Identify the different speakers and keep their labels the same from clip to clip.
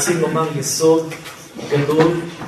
Speaker 1: רוצים לומר יסוד גדול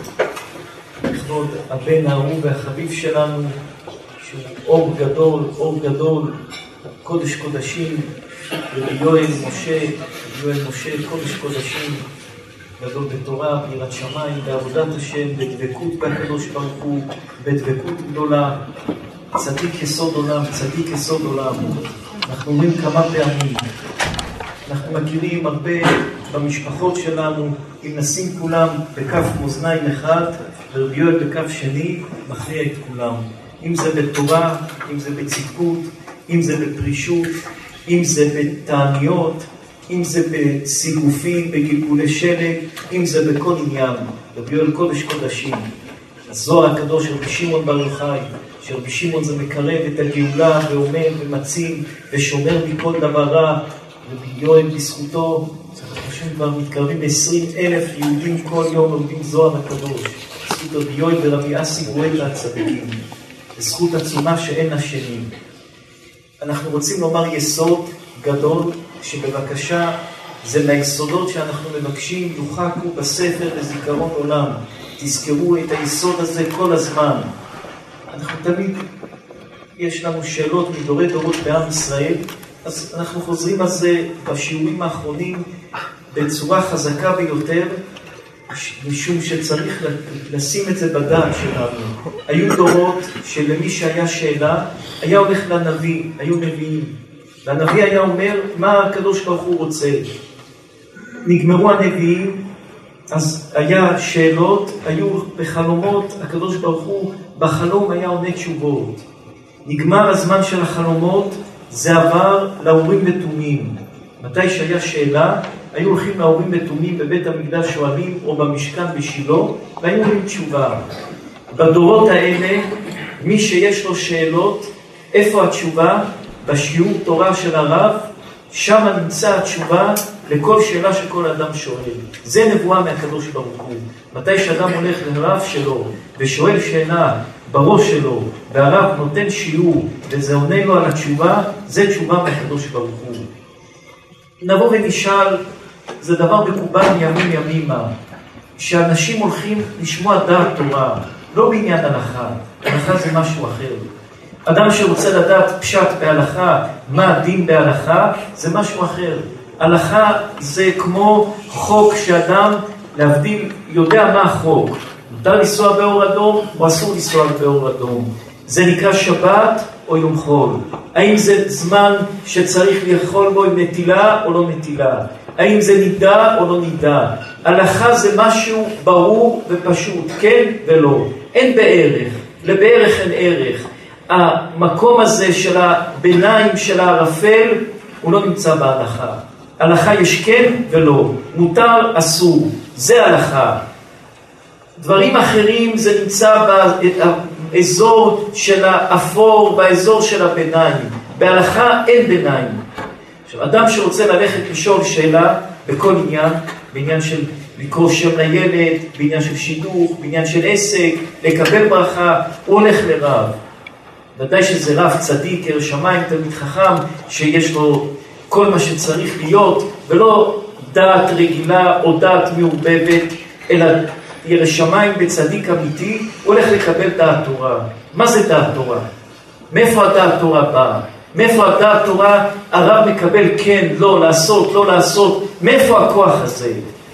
Speaker 1: לכבוד הבן האהוב והחביב שלנו, שהוא אור גדול, קודש קודשים, יואל משה, קודש קודשים, גדול בתורה, ביראת שמיים, בעבודת השם, בדבקות בקדוש ברוך הוא, בדבקות גדולה, צדיק יסוד עולם. אנחנו אומרים כמה פעמים, אנחנו מכירים הרבה במשפחות שלנו, אם נשים כולם בכף מאזניים אחד, ורבי יואל בכף שני, מכריע את כולם. אם זה בתורה, אם זה בצדקות, אם זה בפרישות, אם זה בתעניות, אם זה בסיגופים, בגלגולי שלג, אם זה בכל עניין. רבי יואל קודש קודשים. הזוהר הקדוש של רבי שמעון בר יוחאי, שרבי שמעון זה מקרב את הגאולה ועומד ומציל ושומר מכל דבר רע. רבי יואל בזכותו, אנחנו חושבים כבר מתקרבים 20,000 יהודים כל יום לומדים זוהר הקדוש. בזכות רבי יואל ורבי אסי גואטה הצדיקים. בזכות עצומה שאין לה שני. אנחנו רוצים לומר יסוד גדול, שבבקשה זה מהיסודות שאנחנו מבקשים יוחקו בספר לזיכרון עולם. תזכרו את היסוד הזה כל הזמן. אנחנו תמיד, יש לנו שאלות מדורי דורות בעם ישראל, אז אנחנו חוזרים על זה בשיעורים האחרונים בצורה חזקה ביותר, משום שצריך לשים את זה בדעת שלנו. היו דורות שלמי שהיה שאלה, היה הולך לנביא, היו נביאים. והנביא היה אומר מה הקדוש ברוך הוא רוצה. נגמרו הנביאים, אז היה שאלות, היו בחלומות, הקדוש ברוך הוא בחלום היה עונה תשובות. נגמר הזמן של החלומות, זה עבר לאורים ותומים. מתי שהיה שאלה, היו הולכים לאורים ותומים בבית המקדש שואלים או במשכן בשילה, והיו אומרים תשובה. בדורות האלה, מי שיש לו שאלות, איפה התשובה? בשיעור תורה של הרב, שם נמצא התשובה לכל שאלה שכל אדם שואל. זה נבואה מהקדוש ברוך הוא. מתי שאדם הולך לרב שלו ושואל שאלה בראש שלו, והרב נותן שיעור וזה עונה לו על התשובה, זה תשובה מהקדוש ברוך הוא. נבוא ונשאל, זה דבר מקובל ימימה, שאנשים הולכים לשמוע דעת תורה, לא בעניין הלכה. הלכה זה משהו אחר. אדם שרוצה לדעת פשט בהלכה, מה הדין בהלכה, זה משהו אחר. הלכה זה כמו חוק שאדם, להבדיל, יודע מה החוק. מותר לנסוע באור אדום או אסור לנסוע באור אדום. זה נקרא שבת או יום חול. האם זה זמן שצריך לאכול בו עם נטילה או לא נטילה? האם זה נידה או לא נידה? הלכה זה משהו ברור ופשוט, כן ולא. אין בערך, לבערך אין ערך. המקום הזה של הביניים של הערפל הוא לא נמצא בהלכה. הלכה יש כן ולא, מותר אסור, זה הלכה. דברים אחרים זה נמצא באזור של האפור, באזור של הביניים. בהלכה אין ביניים. עכשיו, אדם שרוצה ללכת לשאול שאלה בכל עניין, בעניין של לקרוא שם לילד, בעניין של שידוך, בעניין של עסק, לקבל ברכה, הוא הולך לרב. ודאי שזה רב צדיק, ירא שמיים, תלמיד חכם, שיש לו כל מה שצריך להיות, ולא דעת רגילה או דעת מעורבבת, אלא ירא שמיים בצדיק אמיתי, הוא הולך לקבל דעת תורה. מה זה דעת תורה? מאיפה הדעת תורה באה? מאיפה הדעת תורה הרב מקבל כן, לא, לעשות, לא לעשות? מאיפה הכוח הזה?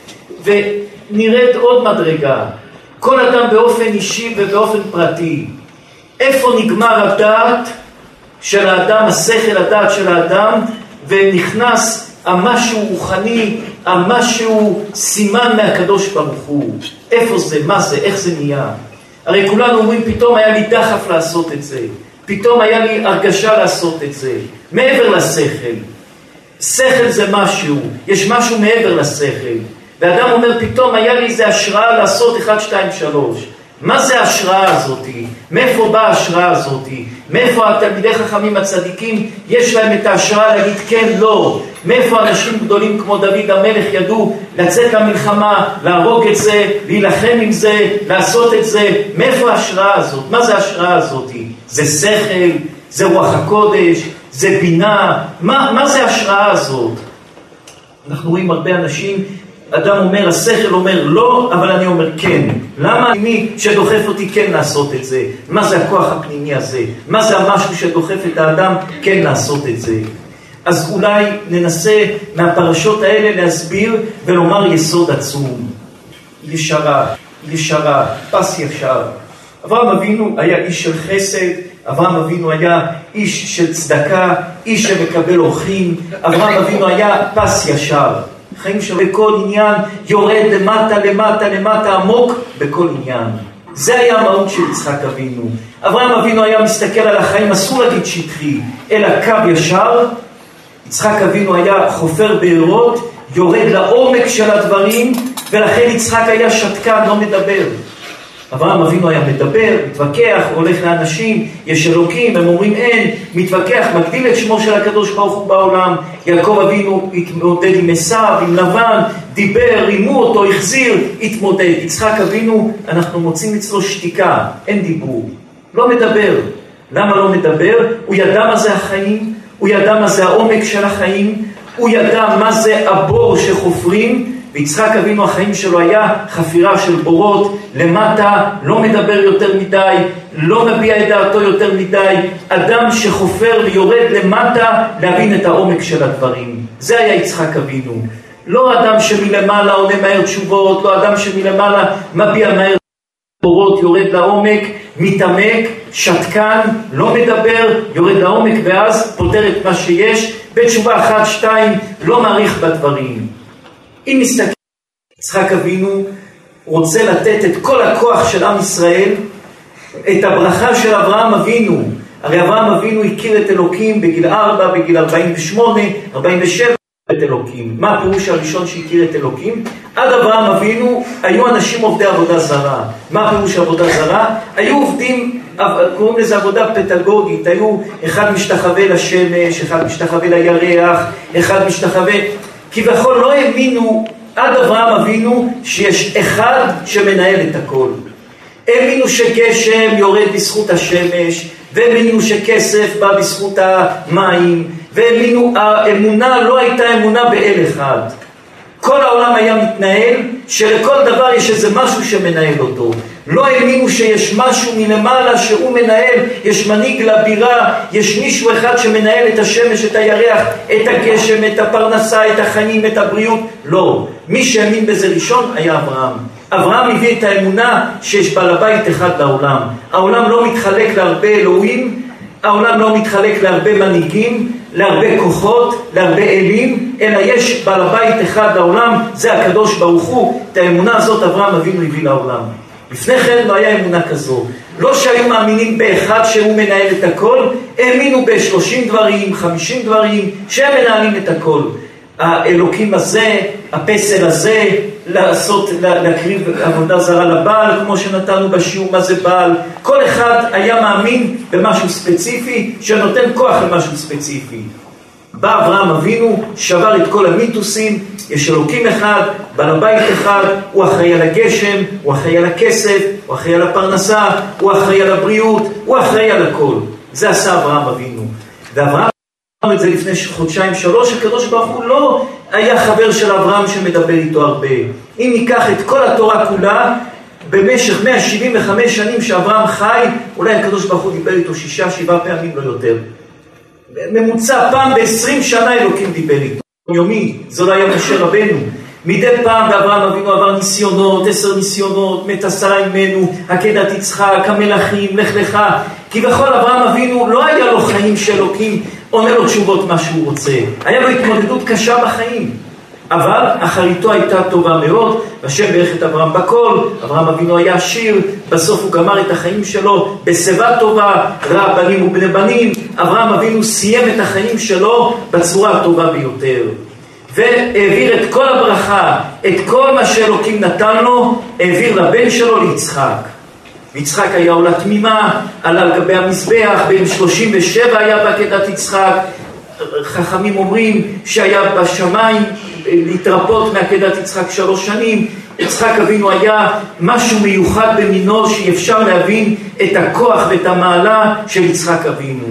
Speaker 1: ונרד עוד מדרגה. כל אדם באופן אישי ובאופן פרטי. איפה נגמר הדעת של האדם, השכל הדעת של האדם, ונכנס המשהו רוחני, המשהו סימן מהקדוש ברוך הוא. איפה זה, מה זה, איך זה נהיה? הרי כולנו אומרים, פתאום היה לי דחף לעשות את זה. פתאום היה לי הרגשה לעשות את זה. מעבר לשכל. שכל זה משהו, יש משהו מעבר לשכל. ואדם אומר, פתאום היה לי איזה השראה לעשות 1, 2, 3. מה זה ההשראה הזאת? מאיפה באה ההשראה הזאת? מאיפה התלמידי חכמים הצדיקים יש להם את ההשראה להגיד כן, לא? מאיפה אנשים גדולים כמו דוד המלך ידעו לצאת למלחמה, להרוג את זה, להילחם עם זה, לעשות את זה? מאיפה ההשראה הזאת? מה זה ההשראה הזאת? זה שכל? זה רוח הקודש? זה בינה? מה זה ההשראה הזאת? אנחנו רואים הרבה אנשים אדם אומר, השכל אומר לא, אבל אני אומר כן. למה מי שדוחף אותי כן לעשות את זה? מה זה הכוח הפנימי הזה? מה זה המשהו שדוחף את האדם כן לעשות את זה? אז אולי ננסה מהפרשות האלה להסביר ולומר יסוד עצום. ישרה, פס ישר. אברהם אבינו היה איש של חסד, אברהם אבינו היה איש של צדקה, איש שמקבל אורחים, אברהם אבינו היה פס ישר. חיים שלו בכל עניין יורד למטה עמוק בכל עניין. זה היה המהות של יצחק אבינו. אברהם אבינו היה מסתכל על החיים, אסור להגיד שטחי, אלא קו ישר. יצחק אבינו היה חופר בארות, יורד לעומק של הדברים, ולכן יצחק היה שתקן, לא מדבר. אברהם אבינו היה מדבר, מתווכח, הולך לאנשים, יש אלוקים, הם אומרים אין, מתווכח, מגדיל את שמו של הקדוש ברוך הוא בעולם. יעקב אבינו התמודד עם עשיו, עם לבן, דיבר, רימו אותו, החזיר, התמודד. יצחק אבינו, אנחנו מוצאים אצלו שתיקה, אין דיבור, לא מדבר. למה לא מדבר? הוא ידע מה זה החיים, הוא ידע מה זה העומק של החיים, הוא ידע מה זה הבור שחופרים, ויצחק אבינו החיים שלו היה חפירה של בורות, למטה, לא מדבר יותר מדי, לא מביע את דעתו יותר מדי, אדם שחופר ויורד למטה להבין את העומק של הדברים. זה היה יצחק אבינו. לא אדם שמלמעלה עונה מהר תשובות, לא אדם שמלמעלה מביע מהר בורות, יורד לעומק, מתעמק, שתקן, לא מדבר, יורד לעומק ואז פותר את מה שיש, בתשובה 1-2, לא מעריך בדברים. אם מסתכל, יצחק אבינו רוצה לתת את כל הכוח של עם ישראל, את הברכה של אברהם אבינו. הרי אברהם אבינו הכיר את אלוקים בגיל 4, בגיל 48, 47, את אלוקים. מה הפירוש הראשון שהכיר את אלוקים? עד אברהם אבינו היו אנשים עובדי עבודה זרה. מה הפירוש עבודה זרה? היו עובדים, קוראים לזה עבודה פדגוגית, היו אחד משתחווה לשמש, אחד משתחווה לירח, אחד משתחווה, כביכול לא האמינו עד אברהם אבינו שיש אחד שמנהל את הכל. האמינו שגשם יורד בזכות השמש, והאמינו שכסף בא בזכות המים, והאמינו, האמונה לא הייתה אמונה באל אחד. כל העולם היה מתנהל שלכל דבר יש איזה משהו שמנהל אותו. לא האמינו שיש משהו מלמעלה שהוא מנהל, יש מנהיג לבירה, יש מישהו אחד שמנהל את השמש, את הירח, את הגשם, את הפרנסה, את החיים, את הבריאות. לא. מי שהאמין בזה ראשון היה אברהם. אברהם הביא את האמונה שיש בעל הבית אחד לעולם. העולם לא מתחלק להרבה אלוהים, העולם לא מתחלק להרבה מנהיגים, להרבה כוחות, להרבה אלים, אלא יש בעל הבית אחד לעולם, זה הקדוש ברוך הוא. את האמונה הזאת אברהם אבינו הביא לעולם. לפני כן לא היה אמונה כזו. לא שהיו מאמינים באחד שהוא מנהל את הכל, האמינו ב30 דברים, 50 דברים, שהם מנהלים את הכל. האלוקים הזה, הפסל הזה, להקריב עבודה זרה לבעל, כמו שנתנו בשיעור מה זה בעל. כל אחד היה מאמין במשהו ספציפי, שנותן כוח למשהו ספציפי. בא אברהם אבינו, שבר את כל המיתוסים, יש אלוקים אחד, בעל הבית אחד, הוא אחראי על הגשם, הוא אחראי על הכסף, הוא אחראי על הפרנסה, הוא אחראי על הבריאות, הוא אחראי על הכל. זה עשה אברהם אבינו. ואברהם אמר את זה לפני 2-3, הקדוש ברוך הוא לא היה חבר של אברהם שמדבר איתו הרבה. אם ניקח את כל התורה כולה, במשך 175 שנים שאברהם חי, אולי הקדוש ברוך הוא דיבר איתו 6-7 פעמים, לא יותר. ממוצע פעם ב20 שנה אלוקים דיבר איתו. יומי, זה לא היה משה רבנו. מדי פעם באברהם אבינו עבר ניסיונות, 10 ניסיונות, מת שרה ממנו, עקדת יצחק, המלאכים, לך לך. כי בכל אברהם אבינו לא היה לו חיים שאלוקים עונה לו תשובות מה שהוא רוצה. היה לו התמודדות קשה בחיים. אבל אחריתו הייתה טובה מאוד, והשם ברך את אברהם בכל, אברהם אבינו היה עשיר, בסוף הוא גמר את החיים שלו בשיבה טובה, ראה בנים ובני בנים. אברהם אבינו סיים את החיים שלו בצורה הטובה ביותר. והעביר את כל הברכה, את כל מה שאלוקים נתן לו, העביר לבן שלו ליצחק. יצחק היה עולה תמימה, עלה על גבי המזבח, בן 37 היה בעקדת יצחק. חכמים אומרים שהיה בשמיים להתרפות מעקדת יצחק 3 שנים. יצחק אבינו היה משהו מיוחד במינו שאי אפשר להבין את הכוח ואת המעלה של יצחק אבינו.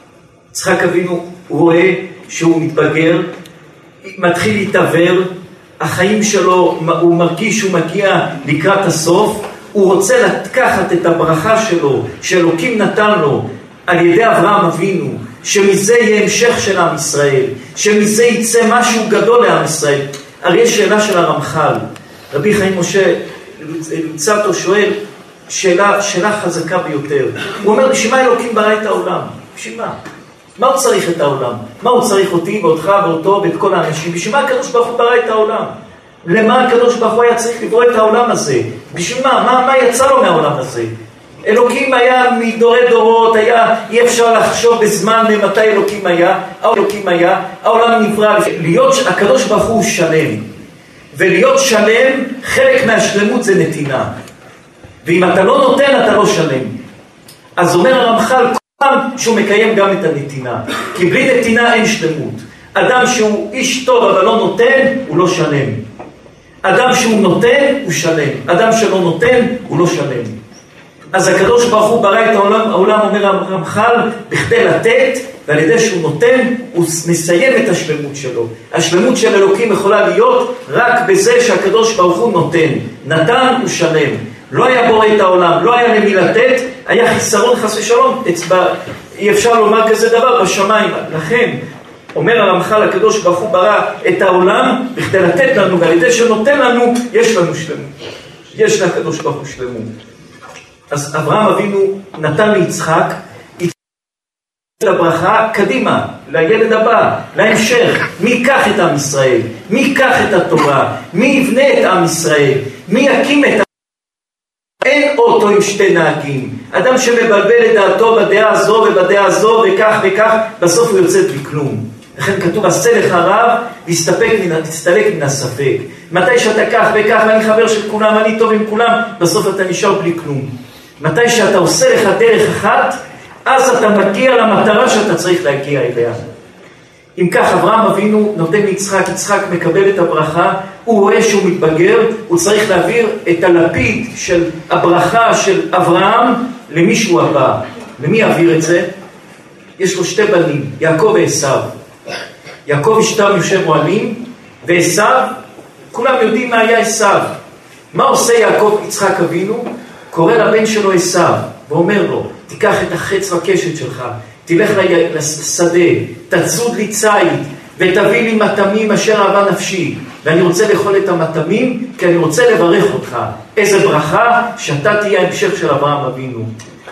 Speaker 1: יצחק אבינו רואה שהוא מתבגר, מתחיל להתעבר, החיים שלו, הוא מרגיש שהוא מגיע לקראת הסוף, הוא רוצה לקחת את הברכה שלו, שאלוקים נתן לו, על ידי אברהם אבינו, שמזה יהיה המשך של עם ישראל, שמזה יצא משהו גדול לעם ישראל. הרי יש שאלה של הרמח"ל, רבי חיים משה לוצאטו שואל שאלה חזקה ביותר. הוא אומר, בשביל מה אלוקים ברא את העולם? בשביל מה? מה הוא צריך את העולם? מה הוא צריך אותי ואותך ואותו ואת כל האנשים? בשביל מה הקדוש ברוך הוא ברא את העולם? למה הקדוש ברוך הוא היה צריך לברוא את העולם הזה? בשביל מה? מה יצא לו מהעולם הזה? אלוקים היה מדורי דורות, אי אפשר לחשוב בזמן ממתי אלוקים היה, העולם נברא. להיות הקדוש ברוך הוא שלם, ולהיות שלם, חלק מהשלמות זה נתינה. ואם אתה לא נותן, אתה לא שלם. אז אומר הרמח"ל, כל פעם שהוא מקיים גם את הנתינה. כי בלי נתינה אין שלמות. אדם שהוא איש טוב אבל לא נותן, הוא לא שלם. אדם שהוא נותן, הוא שלם. אדם שלא נותן, הוא לא שלם. אז הקדוש ברוך הוא ברא את העולם, אומר הרמח"ל, בכדי לתת, ועל ידי שהוא נותן, הוא מסיים את השלמות שלו. השלמות של אלוקים יכולה להיות רק בזה שהקדוש ברוך הוא נותן. נתן הוא שלם. לא היה בורא את העולם, לא היה למי לתת, היה חיסרון חס ושלום. אי אפשר לומר כזה דבר בשמיים. לכן, אומר הרמח"ל, הקדוש ברוך הוא ברא את העולם בכדי לתת לנו, ועל ידי שנותן לנו, יש לנו שלמות. יש לקדוש ברוך הוא שלמות. אז אברהם אבינו נתן ליצחק את הברכה קדימה, לילד הבא, להמשך. מי ייקח את עם ישראל? מי ייקח את התורה? מי יבנה את עם ישראל? מי יקים את אין אוטו עם שתי נהגים. אדם שמבלבל את דעתו בדעה הזו ובדעה הזו וכך וכך, בסוף הוא יוצא בלי כלום. לכן כתוב, עשה לך רב, תסתלק מן הספק. מתי שאתה כך וכך, ואני חבר של כולם, אני טוב עם כולם, בסוף אתה נשאר בלי כלום. מתי שאתה עושה לך דרך אחת, אז אתה מגיע למטרה שאתה צריך להגיע אליה. אם כך, אברהם אבינו נותן ליצחק, יצחק מקבל את הברכה, הוא רואה שהוא מתבגר, הוא צריך להעביר את הלפיד של הברכה של אברהם למישהו הבא. למי יעביר את זה? יש לו שתי בנים, יעקב ועשיו. יעקב אשתם יושב אוהלים, ועשיו, כולם יודעים מה היה עשיו. מה עושה יעקב יצחק אבינו? קורא לבן שלו עשיו, ואומר לו, תיקח את החץ והקשת שלך, תלך לשדה, תצוד לי ציד, ותביא לי מטעמים אשר אהבה נפשי. ואני רוצה לאכול את המטעמים, כי אני רוצה לברך אותך. איזה ברכה שאתה תהיה המשך של אברהם אבינו.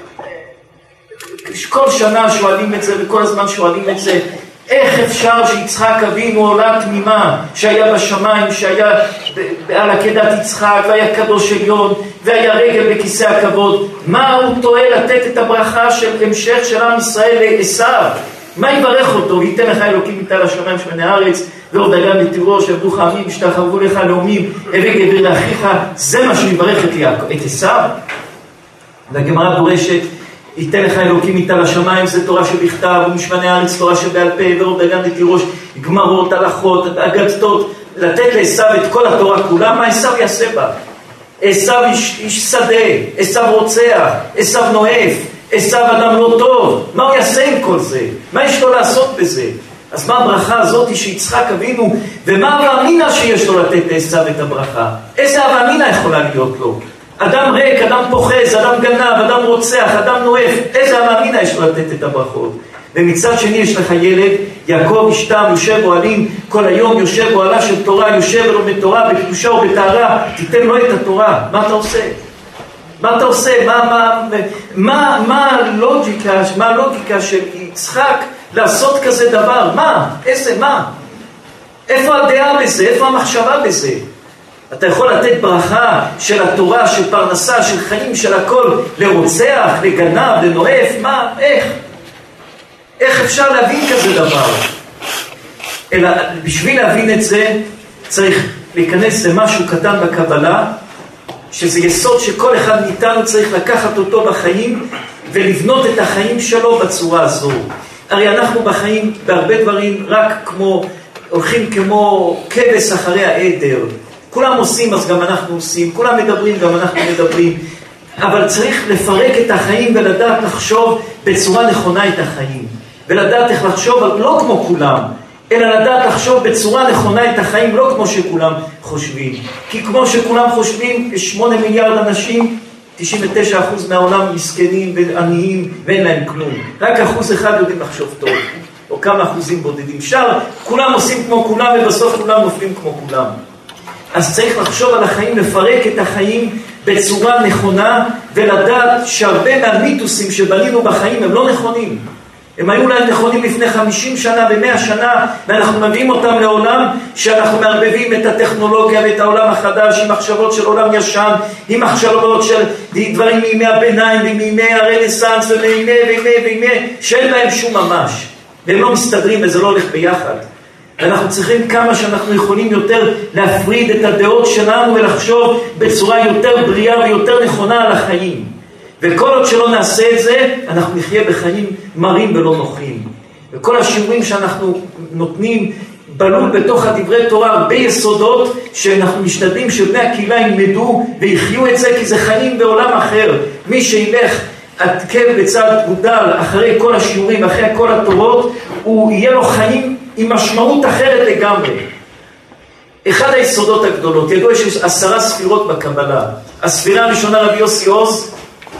Speaker 1: כל שנה שואלים את זה, וכל הזמן שואלים את זה, איך אפשר שיצחק אבינו עולה תמימה, שהיה בשמיים, שהיה על עקדת יצחק, והיה קדוש עליון, והיה רגל בכיסא הכבוד, מה הוא טועה לתת את הברכה של המשך של עם ישראל לעשיו? מה יברך אותו? ייתן לך אלוקים מטל השמיים שמני הארץ, ועוד אגם לתירוש, עבדוך עמים, השתחוו לך לאומים, הבא גבר לאחיך. זה מה שיברך את עשיו. והגמרא דורשת, ייתן לך אלוקים מטל השמיים, זה תורה שבכתב, ומשמני הארץ תורה שבעל פה, ועוד אגם לתירוש, גמרות, הלכות, אגדתות, לתת לעשיו את כל התורה כולה. מה עשיו יעשה בה? עשיו איש שדה, עשיו רוצח, עשיו נואף, עשיו אדם לא טוב. מה הוא יעשה עם כל זה? מה יש לו לעשות בזה? אז מה הברכה הזאת שיצחק אבינו, ומה המאמינה שיש לו לתת לעשיו את הברכה? איזה המאמינה יכולה להיות לו? אדם ריק, אדם פוחז, אדם גנב, אדם רוצח, אדם נואף, איזה המאמינה יש לו לתת את הברכות? ומצד שני יש לך ילד, יעקב אשתם יושב אוהלים, כל היום יושב אוהלה של תורה, יושב ולומד תורה בקדושה ובטהרה, תיתן לו את התורה. מה אתה עושה? מה אתה עושה? מה הלוגיקה של יצחק לעשות כזה דבר? מה? מה? איפה הדעה בזה? איפה המחשבה בזה? אתה יכול לתת ברכה של התורה, של פרנסה, של חיים, של הכל, לרוצח, לגנב, לנואף? מה? איך אפשר להבין כזה דבר? אלא בשביל להבין את זה צריך להיכנס למשהו קטן בקבלה, שזה יסוד שכל אחד מאיתנו צריך לקחת אותו בחיים ולבנות את החיים שלו בצורה הזו. הרי אנחנו בחיים בהרבה דברים רק הולכים כמו כבש אחרי העדר. כולם עושים אז גם אנחנו עושים, כולם מדברים גם אנחנו מדברים, אבל צריך לפרק את החיים ולדעת לחשוב בצורה נכונה את החיים, ולדעת איך לחשוב לא כמו כולם, אלא לדעת לחשוב בצורה נכונה את החיים, לא כמו שכולם חושבים. כי כמו שכולם חושבים, 8 מיליארד אנשים, 99% מהעולם מסכנים ועניים ואין להם כלום. רק 1% יודעים לחשוב טוב, או כמה אחוזים בודדים. כולם עושים כמו כולם ובסוף כולם נופלים כמו כולם. אז צריך לחשוב על החיים, לפרק את החיים בצורה נכונה, ולדעת שהרבה מהמיתוסים שבנינו בחיים הם לא נכונים. הם היו להם נכונים לפני 50 שנה ו100 שנה, ואנחנו מביאים אותם לעולם שאנחנו מערבבים את הטכנולוגיה ואת העולם החדש עם מחשבות של עולם ישן, עם מחשבות של דברים מימי הביניים ומימי הרנסנס ומימי שאין להם שום ממש, והם לא מסתדרים וזה לא הולך ביחד. ואנחנו צריכים כמה שאנחנו יכולים יותר להפריד את הדעות שלנו ולחשוב בצורה יותר בריאה ויותר נכונה על החיים. וכל עוד שלא נעשה את זה, אנחנו נחיה בחיים מרים ולא נוחים. וכל השיעורים שאנחנו נותנים בלול בתוך הדברי תורה, הרבה יסודות שאנחנו משתדלים שבני הקהילה ילמדו ויחיו את זה, כי זה חיים בעולם אחר. מי שילך עקב בצד גודל אחרי כל השיעורים, אחרי כל התורות, הוא יהיה לו חיים עם משמעות אחרת לגמרי. אחד היסודות הגדולות, ידוע שיש 10 ספירות בקבלה. הספירה הראשונה רבי יוסי עוז,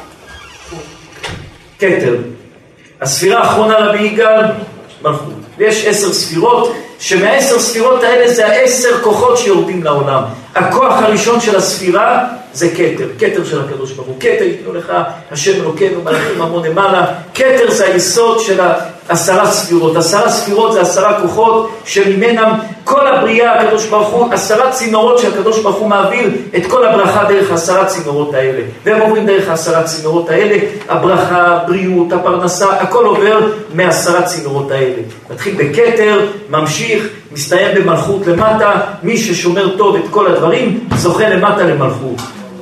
Speaker 1: כתר. הספירה האחרונה רבי יגאל, מלכות. ויש 10 ספירות, שמה10 ספירות האלה זה 10 כוחות שיורדים לעולם. הכוח הראשון של הספירה זה כתר, כתר של הקדוש ברוך הוא. כתר ייתנו לך השם אלוקינו מלאכים ממון למעלה. כתר זה היסוד של 10 ספירות. 10 ספירות זה 10 כוחות שממנם כל הבריאה הקדוש ברוך הוא, 10 צינורות שהקדוש ברוך הוא מעביר את כל הברכה דרך 10 צינורות האלה. והם עוברים דרך 10 צינורות האלה, הברכה, הבריאות, הפרנסה, הכל עובר מ10 צינורות האלה. מתחיל בכתר, ממשיך, מסתיים במלכות למטה. מי ששומר טוב את כל הדברים זוכה למטה למלכות.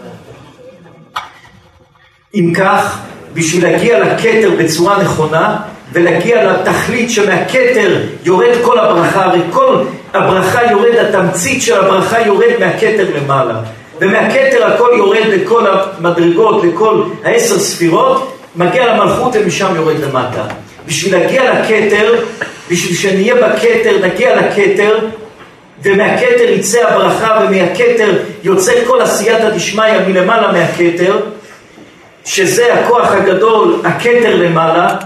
Speaker 1: אם כך, בשביל להגיע לכתר בצורה נכונה ולהגיע לתכלית שמהכתר יורד כל הברכה, הרי כל הברכה יורד, התמצית של הברכה יורד מהכתר למעלה, ומהכתר הכל יורד לכל המדרגות, לכל 10 ספירות, מגיע למלכות ומשם יורד למטה. בשביל להגיע לכתר, בשביל שנהיה בכתר, נגיע לכתר, ומהכתר יצא הברכה, ומהכתר יוצא כל עשייתא דשמיא מלמעלה מהכתר, שזה הכוח הגדול, הכתר למעלה,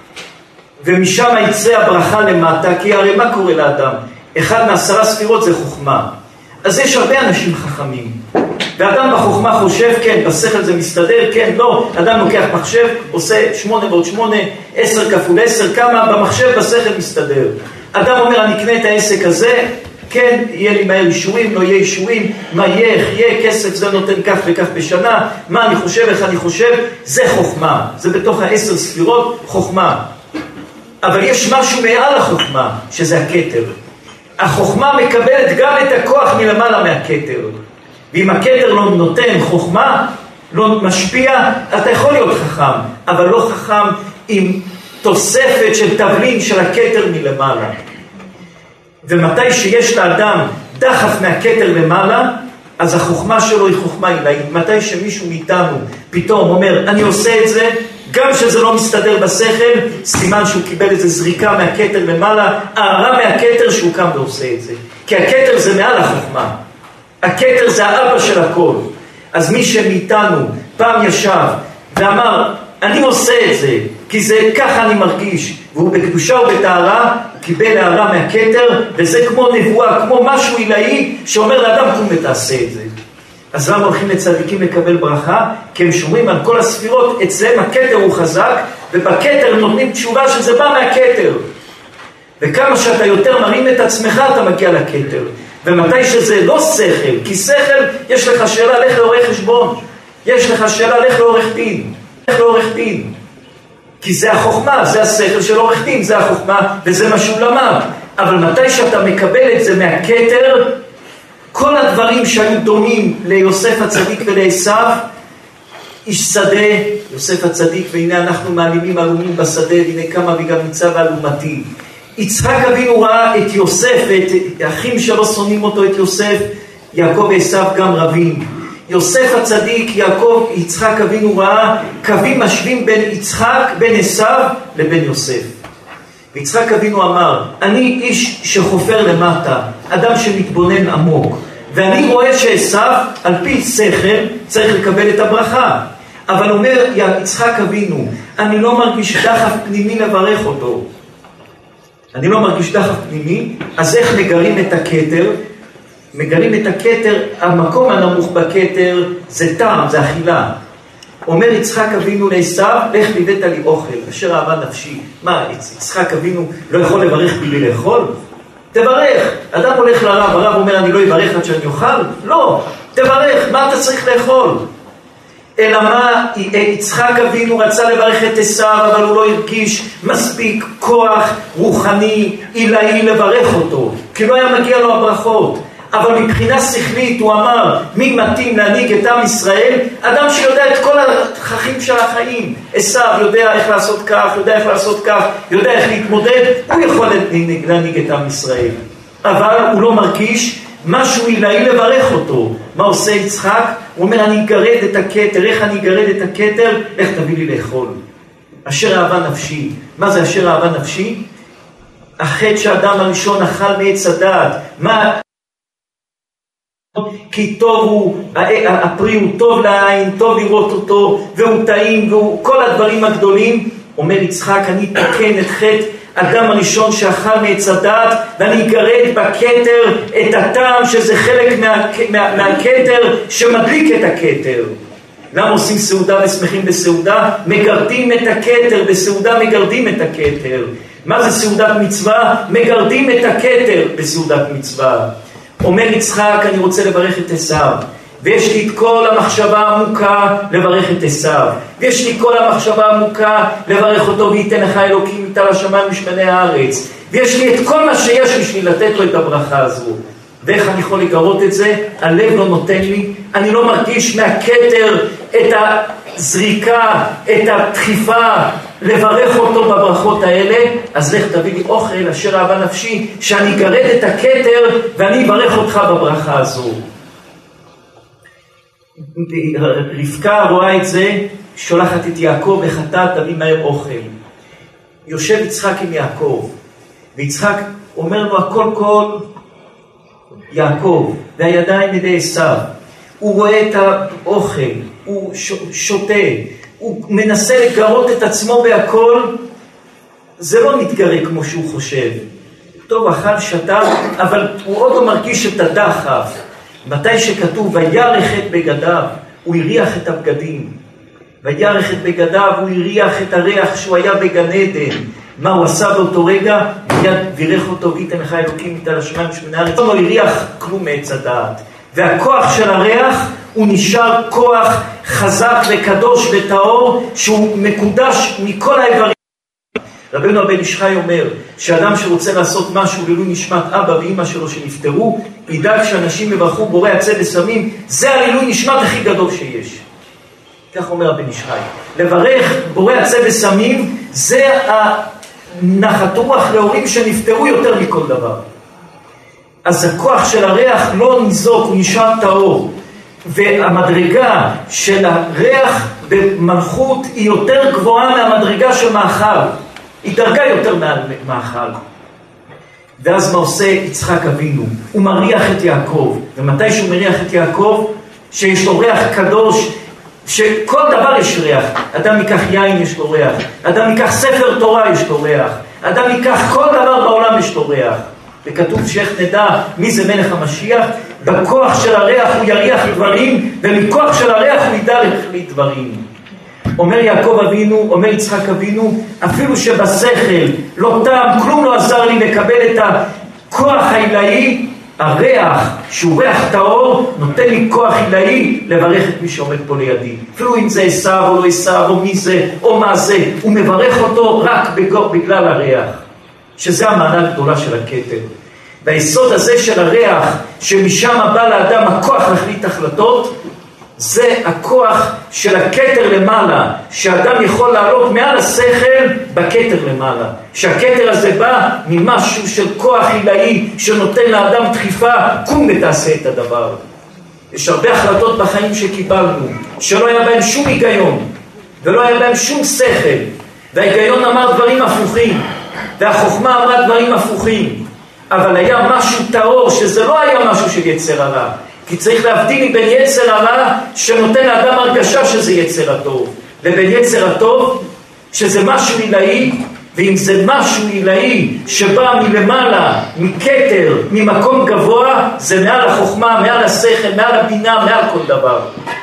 Speaker 1: ומשם יצא הברכה למטה. כי הרי מה קורה לאדם? אחד מ10 ספירות זה חוכמה. אז יש הרבה אנשים חכמים, ואדם בחוכמה חושב, כן, בשכל זה מסתדר, כן, לא. אדם לוקח מחשב, עושה 8 ועוד 8, 10 כפול 10, כמה במחשב, בשכל מסתדר. אדם אומר, אני אקנה את העסק הזה, כן, יהיה לי מהר אישורים, לא יהיה אישורים, מה יהיה, איך יהיה, כסף זה נותן כך וכך בשנה, מה אני חושב, איך אני חושב, זה חוכמה. זה בתוך 10 ספירות חוכמה. אבל יש משהו מעל החוכמה, שזה הכתר. החוכמה מקבלת גם את הכוח מלמעלה מהכתר. ואם הכתר לא נותן חוכמה, לא משפיע, אתה יכול להיות חכם, אבל לא חכם עם תוספת של תבלין של הכתר מלמעלה. ומתי שיש לאדם דחף מהכתר למעלה, אז החוכמה שלו היא חוכמה עילאית. מתי שמישהו מאיתנו פתאום אומר, אני עושה את זה, גם שזה לא מסתדר בשכל, סימן שהוא קיבל איזה זריקה מהכתר למעלה, הערה מהכתר שהוא קם ועושה את זה. כי הכתר זה מעל החוכמה. הכתר זה האבא של הכל. אז מי שמאיתנו פעם ישב ואמר, אני עושה את זה, כי זה ככה אני מרגיש, והוא בקדושה ובטהרה, קיבל הערה מהכתר, וזה כמו נבואה, כמו משהו עילאי, שאומר לאדם, קום ותעשה את זה. אז למה הולכים לצדיקים לקבל ברכה? כי הם שומרים על כל הספירות, אצלם הכתר הוא חזק, ובכתר הם נותנים תשובה שזה בא מהכתר. וכמה שאתה יותר מרים את עצמך, אתה מגיע לכתר. ומתי שזה לא שכל, כי שכל, יש לך שאלה, לך לעורך חשבון. יש לך שאלה, לך לעורך דין. לך לעורך דין. כי זה החוכמה, זה השכל של עורך דין, זה החוכמה, וזה מה שהוא למד. אבל מתי שאתה מקבל את זה מהכתר, כל הדברים שהיו דומים ליוסף הצדיק ולעשיו, איש שדה, יוסף הצדיק, והנה אנחנו מעלימים עלומים בשדה, והנה כמה וגם נמצא ועלומתי. יצחק אבינו ראה את יוסף, את האחים שלו שונאים אותו, את יוסף, יעקב ועשיו גם רבים. יוסף הצדיק, יעקב, יצחק אבינו ראה קווים משווים בין יצחק, בין עשיו לבין יוסף. ויצחק אבינו אמר, אני איש שחופר למטה, אדם שמתבונן עמוק, ואני רואה שעשיו על פי שכל צריך לקבל את הברכה. אבל אומר יצחק אבינו, אני לא מרגיש דחף פנימי לברך אותו. אני לא מרגיש דחף פנימי, אז איך מגרים את הכתר? מגרים את הכתר, המקום הנמוך בכתר זה טעם, זה אכילה. אומר יצחק אבינו לעשיו, לך ליבאת לי אוכל, אשר אהבה נפשי. מה, יצחק אבינו לא יכול לברך בלי לאכול? תברך. אדם הולך לרב, הרב אומר אני לא אברך עד שאני אוכל? לא, תברך, מה אתה צריך לאכול? אלא מה, יצחק אבינו רצה לברך את עשיו, אבל הוא לא הרגיש מספיק כוח רוחני, עילאי לברך אותו, כי לא היה מגיע לו הברכות. אבל מבחינה שכלית הוא אמר, מי מתאים להנהיג את עם ישראל? אדם שיודע את כל התככים של החיים. עשיו יודע איך לעשות כך, יודע איך לעשות כך, יודע איך להתמודד, הוא יכול להנהיג את עם ישראל. אבל הוא לא מרגיש משהו עילאי לברך אותו. מה עושה יצחק? הוא אומר, אני אגרד את הכתר. איך אני אגרד את הכתר? איך תביא לי לאכול? אשר אהבה נפשי. מה זה אשר אהבה נפשי? החטא שהאדם הראשון אכל מעץ הדעת. מה? כי טוב הוא, הפרי הוא טוב לעין, טוב לראות אותו, והוא טעים, והוא כל הדברים הגדולים. אומר יצחק, אני אתקן את חטא אדם הראשון שאכל מעץ הדעת, ואני אגרד בכתר את הטעם שזה חלק מהכתר שמדליק את הכתר. למה עושים סעודה ושמחים בסעודה? מגרדים את הכתר, בסעודה מגרדים את הכתר. מה זה סעודת מצווה? מגרדים את הכתר בסעודת מצווה. אומר יצחק, אני רוצה לברך את עשיו, ויש לי את כל המחשבה העמוקה לברך את עשיו, ויש לי כל המחשבה העמוקה לברך אותו, וייתן לך אלוקים איתה לשמיים משמני הארץ, ויש לי את כל מה שיש בשביל לתת לו את הברכה הזו. ואיך אני יכול לגרות את זה? הלב לא נותן לי, אני לא מרגיש מהכתר את הזריקה, את הדחיפה לברך אותו בברכות האלה. אז לך תביא לי אוכל אשר אהבה נפשי, שאני אגרד את הכתר ואני אברך אותך בברכה הזו. רבקה רואה את זה, שולחת את יעקב וחטאת, תביא מהר אוכל. יושב יצחק עם יעקב, ויצחק אומר לו הכל כל יעקב, והידיים ידי עשיו. הוא רואה את האוכל, הוא שותה, הוא מנסה לגרות את עצמו בהכל. זה לא מתגרה כמו שהוא חושב. טוב, אכל שתה, אבל הוא עוד לא מרגיש את הדחף. מתי שכתוב וירח את בגדיו, הוא הריח את הבגדים. וירח את בגדיו, הוא הריח את הריח שהוא היה בגן עדן. מה הוא עשה באותו רגע? מיד בירך אותו, וייתן לך אלוקים איתה לשמיים משמני הארץ. הוא לא הריח כלום מעץ הדעת. והכוח של הריח הוא נשאר כוח חזק וקדוש וטהור, שהוא מקודש מכל האיברים. רבנו הבן איש חי אומר שאדם שרוצה לעשות משהו לעילוי נשמת אבא ואמא שלו שנפטרו, ידאג שאנשים יברכו בורא עצי ושמים, זה העילוי נשמת הכי גדול שיש. כך אומר הבן איש חי. לברך בורא עצי ושמים זה הנחת רוח להורים שנפטרו יותר מכל דבר. אז הכוח של הריח לא ניזוק, הוא נשאר טהור. והמדרגה של הריח במלכות היא יותר גבוהה מהמדרגה של מאכל. היא דרגה יותר מהמאכל. ואז מה עושה יצחק אבינו? הוא מריח את יעקב. ומתי שהוא מריח את יעקב? שיש לו ריח קדוש, שכל דבר יש ריח. אדם ייקח יין יש לו ריח. אדם ייקח ספר תורה יש לו ריח. אדם ייקח כל דבר בעולם יש לו ריח. וכתוב שאיך נדע מי זה מלך המשיח? בכוח של הריח הוא יריח דברים, ומכוח של הריח הוא ידע להחליט דברים. אומר יעקב אבינו, אומר יצחק אבינו, אפילו שבשכל לא טעם, כלום לא עזר לי לקבל את הכוח העילאי, הריח שהוא ריח טהור נותן לי כוח עילאי לברך את מי שעומד פה לידי. אפילו אם זה עשיו או לא עשיו או מי זה או מה זה, הוא מברך אותו רק בגלל הריח, שזה המעלה הגדולה של הכתר. והיסוד הזה של הריח שמשם בא לאדם הכוח להחליט החלטות, זה הכוח של הכתר למעלה, שאדם יכול לעלות מעל השכל בכתר למעלה, שהכתר הזה בא ממשהו של כוח עילאי שנותן לאדם דחיפה, קום ותעשה את הדבר. יש הרבה החלטות בחיים שקיבלנו שלא היה בהם שום היגיון ולא היה בהם שום שכל, וההיגיון אמר דברים הפוכים, והחוכמה אמרה דברים הפוכים. אבל היה משהו טהור, שזה לא היה משהו של יצר הרע. כי צריך להבדיל בין יצר הרע שנותן לאדם הרגשה שזה יצר הטוב, לבין יצר הטוב שזה משהו עילאי. ואם זה משהו עילאי שבא מלמעלה, מכתר, ממקום גבוה, זה מעל החוכמה, מעל השכל, מעל הבינה, מעל כל דבר.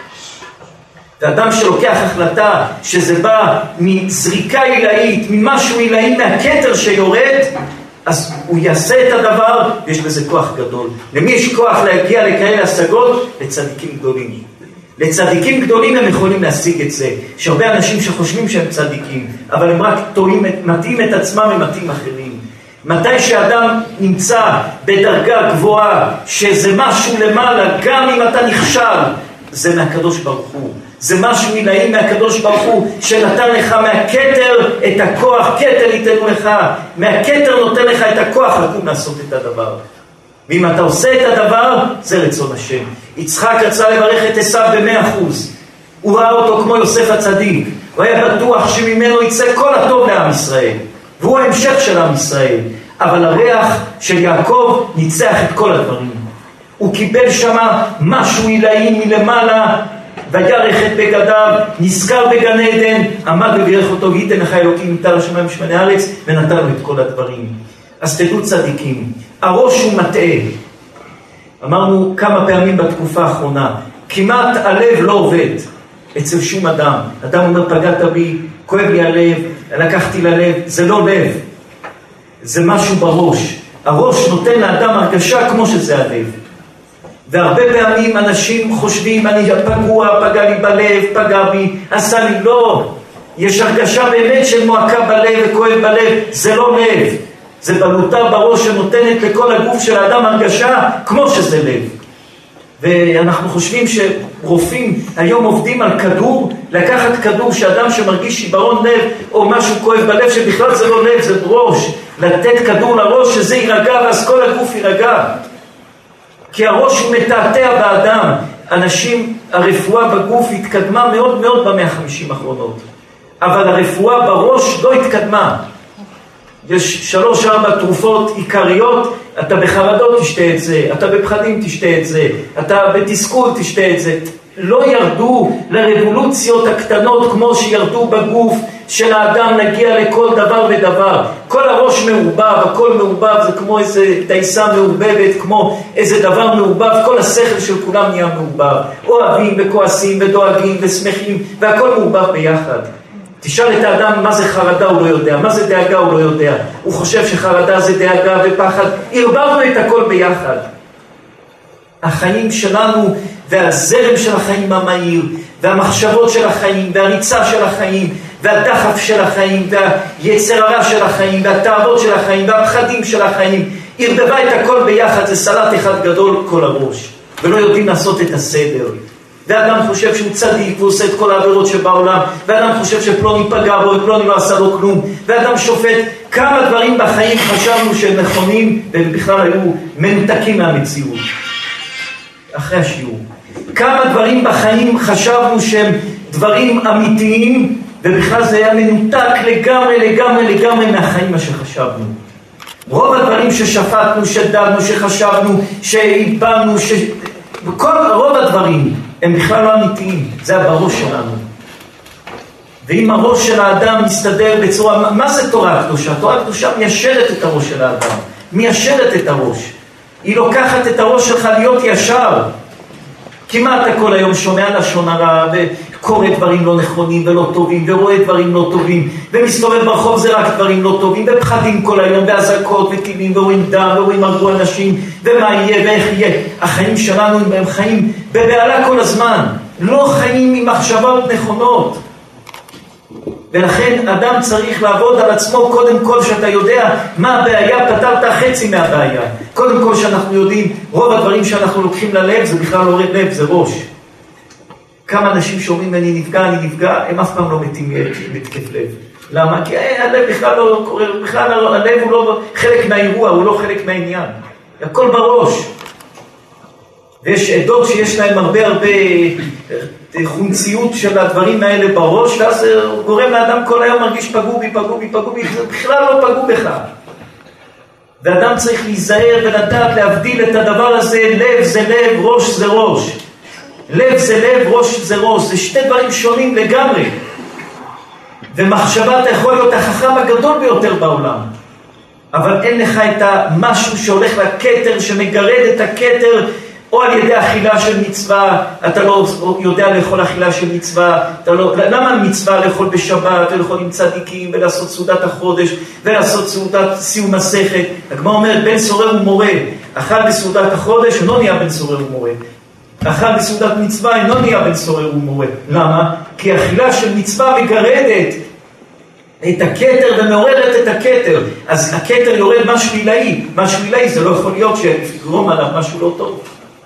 Speaker 1: ואדם שלוקח החלטה שזה בא מזריקה עילאית, ממשהו עילאי, מהכתר שיורד, אז הוא יעשה את הדבר, ויש בזה כוח גדול. למי יש כוח להגיע לכאלה השגות? לצדיקים גדולים. לצדיקים גדולים הם יכולים להשיג את זה. יש הרבה אנשים שחושבים שהם צדיקים, אבל הם רק מטעים את עצמם ומטעים אחרים. מתי שאדם נמצא בדרגה גבוהה, שזה משהו למעלה, גם אם אתה נכשל, זה מהקדוש ברוך הוא. זה משהו עילאי מהקדוש ברוך הוא, שנתן לך מהכתר את הכוח, כתר ייתנו לך, מהכתר נותן לך את הכוח לקום לעשות את הדבר. ואם אתה עושה את הדבר, זה רצון השם. יצחק רצה לברך את עשיו ב100%. הוא ראה אותו כמו יוסף הצדיק. הוא היה בטוח שממנו יצא כל הטוב לעם ישראל. והוא ההמשך של עם ישראל. אבל הריח של יעקב ניצח את כל הדברים. הוא קיבל שם משהו עילאי מלמעלה, וירך את בגדיו, נזכר בגן עדן, עמד וברך אותו, וייתן לך אלוקים מטר השמיים ושמני הארץ, ונתן לו את כל הדברים. אז תדעו צדיקים, הראש הוא מטעה. אמרנו כמה פעמים בתקופה האחרונה, כמעט הלב לא עובד אצל שום אדם. אדם אומר, פגעת בי, כואב לי הלב, לקחתי ללב, זה לא לב, זה משהו בראש. הראש נותן לאדם הרגשה כמו שזה הלב. והרבה פעמים אנשים חושבים, אני פגע לי בלב, פגע בי, עשה לי, לא. יש הרגשה באמת של מועקה בלב וכואב בלב, זה לא לב. זה בלוטה בראש שנותנת לכל הגוף של האדם הרגשה כמו שזה לב. ואנחנו חושבים שרופאים היום עובדים על כדור, לקחת כדור שאדם שמרגיש שיברון לב או משהו כואב בלב, שבכלל זה לא לב, זה ראש. לתת כדור לראש שזה יירגע ואז כל הגוף יירגע. כי הראש הוא מתעתע באדם. אנשים, הרפואה בגוף התקדמה מאוד מאוד ב150 האחרונות. אבל הרפואה בראש לא התקדמה. יש 3-4 תרופות עיקריות, אתה בחרדות תשתה את זה, אתה בפחדים תשתה את זה, אתה בתסכול תשתה את זה. לא ירדו לרבולוציות הקטנות כמו שירדו בגוף של האדם להגיע לכל דבר ודבר. כל הראש מעובב, הכל מעובב, זה כמו איזה דייסה מעובבת, כמו איזה דבר מעובב, כל השכל של כולם נהיה מעובב. אוהבים וכועסים ודואגים ושמחים, והכל מעובב ביחד. תשאל את האדם מה זה חרדה, הוא לא יודע, מה זה דאגה, הוא לא יודע. הוא חושב שחרדה זה דאגה ופחד. ערבבנו את הכל ביחד. החיים שלנו והזרם של החיים המהיר, והמחשבות של החיים, והריצה של החיים, והדחף של החיים, והיצר הרע של החיים, והתאוות של החיים, והפחדים של החיים, ערבבה את הכל ביחד, זה סלט אחד גדול כל הראש, ולא יודעים לעשות את הסדר. ואדם חושב שהוא צדיק והוא עושה את כל העבירות שבעולם, ואדם חושב שפלוני פגע בו ופלוני לא עשה לו כלום, ואדם שופט. כמה דברים בחיים חשבנו שהם נכונים והם בכלל היו מנותקים מהמציאות. אחרי השיעור, כמה דברים בחיים חשבנו שהם דברים אמיתיים ובכלל זה היה מנותק לגמרי מהחיים מה שחשבנו. רוב הדברים ששפטנו, שדרנו, שחשבנו, שהיבנו, רוב הדברים הם בכלל לא אמיתיים. זה בראש שלנו. ואם הראש של האדם מסתדר בצורה, מה זה תורה הקדושה? תורה הקדושה מיישרת את הראש של האדם, מיישרת את הראש. היא לוקחת את הראש שלך להיות ישר. כמעט כל היום שומע לשון הרע וקורא דברים לא נכונים ולא טובים ורואה דברים לא טובים ומסתובב ברחוב זה רק דברים לא טובים ופחדים כל היום והזעקות וטילים ורואים דם ורואים הרגו אנשים ומה יהיה ואיך יהיה. החיים שלנו הם חיים בבעלה כל הזמן, לא חיים עם מחשבות נכונות. ולכן אדם צריך לעבוד על עצמו קודם כל שאתה יודע מה הבעיה, פתרת חצי מהבעיה. קודם כל שאנחנו יודעים, רוב הדברים שאנחנו לוקחים ללב זה בכלל לא לב, זה ראש. כמה אנשים שאומרים אני נפגע, הם אף פעם לא מתים מתקף לב. למה? כי הלב בכלל לא קורה, בכלל הלב הוא לא חלק מהאירוע, הוא לא חלק מהעניין. הכל בראש. ויש עדות שיש להם הרבה חומציות של הדברים האלה בראש, ואז הוא גורם לאדם כל היום מרגיש פגעו בי, זה בכלל לא פגעו בך. ואדם צריך להיזהר ולדעת להבדיל את הדבר הזה, לב זה לב, ראש זה ראש. לב זה לב, ראש זה ראש, זה שתי דברים שונים לגמרי. ומחשבה אתה יכול להיות החכם הגדול ביותר בעולם, אבל אין לך את המשהו שהולך לכתר, שמגרד את הכתר, או על ידי אכילה של מצווה. אתה לא יודע לאכול אכילה של מצווה, למה מצווה לאכול בשבת, לאכול עם צדיקים, ולעשות סעודת החודש, ולעשות סעודת סיום מסכת? הגמרא אומרת, בן סורר ומורה, אכל בסעודת החודש, אינו נהיה בן סורר ומורה. אכל בסעודת מצווה, אינו נהיה בן סורר ומורה. למה? כי אכילה של מצווה מגרדת את הכתר ומעוררת את הכתר. אז הכתר יורד משהו עילאי. משהו עילאי זה לא יכול להיות שיגרום עליו משהו לא טוב.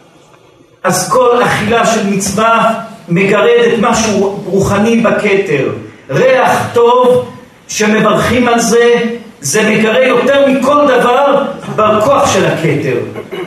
Speaker 1: אז כל אכילה של מצווה מגרדת משהו רוחני בכתר. ריח טוב שמברכים על זה, זה מגרד יותר מכל דבר בכוח של הכתר.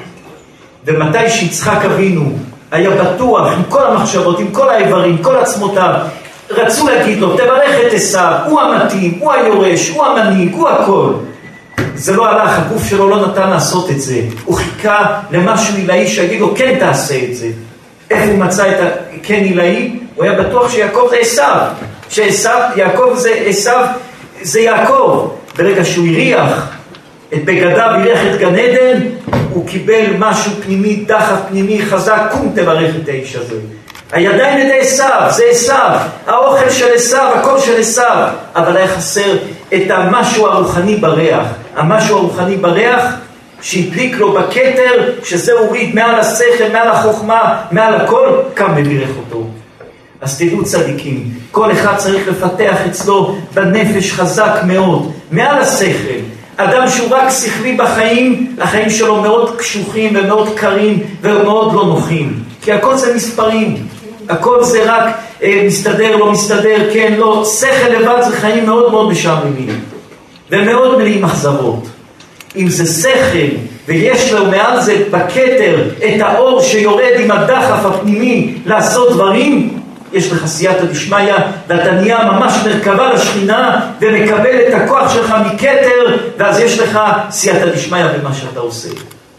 Speaker 1: ומתי שיצחק אבינו היה בטוח עם כל המחשבות, עם כל האיברים, כל עצמותיו, רצו להגיד לו, תברך את עשיו, הוא המתאים, הוא היורש, הוא המנהיג, הוא הכל. זה לא הלך, הגוף שלו לא נתן לעשות את זה. הוא חיכה למשהו עילאי שיגיד לו, כן תעשה את זה. איך הוא מצא את הכן עילאי? הוא היה בטוח שיעקב זה עשיו. יעקב זה עשיו, זה יעקב. ברגע שהוא הריח את בגדיו, הריח את גן עדן, הוא קיבל משהו פנימי, דחף פנימי חזק, קום תברך את האיש הזה. הידיים ידי עשיו, זה עשיו, האוכל של עשיו, הכל של עשיו, אבל היה חסר את המשהו הרוחני בריח, המשהו הרוחני בריח שהדליק לו בכתר, שזה הוריד מעל השכל, מעל החוכמה, מעל הכל, קם ובירך אותו. אז תדעו צדיקים, כל אחד צריך לפתח אצלו בנפש חזק מאוד, מעל השכל. אדם שהוא רק שכלי בחיים, החיים שלו מאוד קשוחים ומאוד קרים ומאוד לא נוחים, כי הכל זה מספרים. הכל זה רק מסתדר, לא מסתדר, כן, לא. שכל לבד זה חיים מאוד מאוד משעממים ומאוד מלאים אכזבות. אם זה שכל ויש לו מעל זה בכתר את האור שיורד עם הדחף הפנימי לעשות דברים, יש לך סייעתא דשמיא, ואתה נהיה ממש מרכבה לשכינה ומקבל את הכוח שלך מכתר, ואז יש לך סייעתא דשמיא במה שאתה עושה.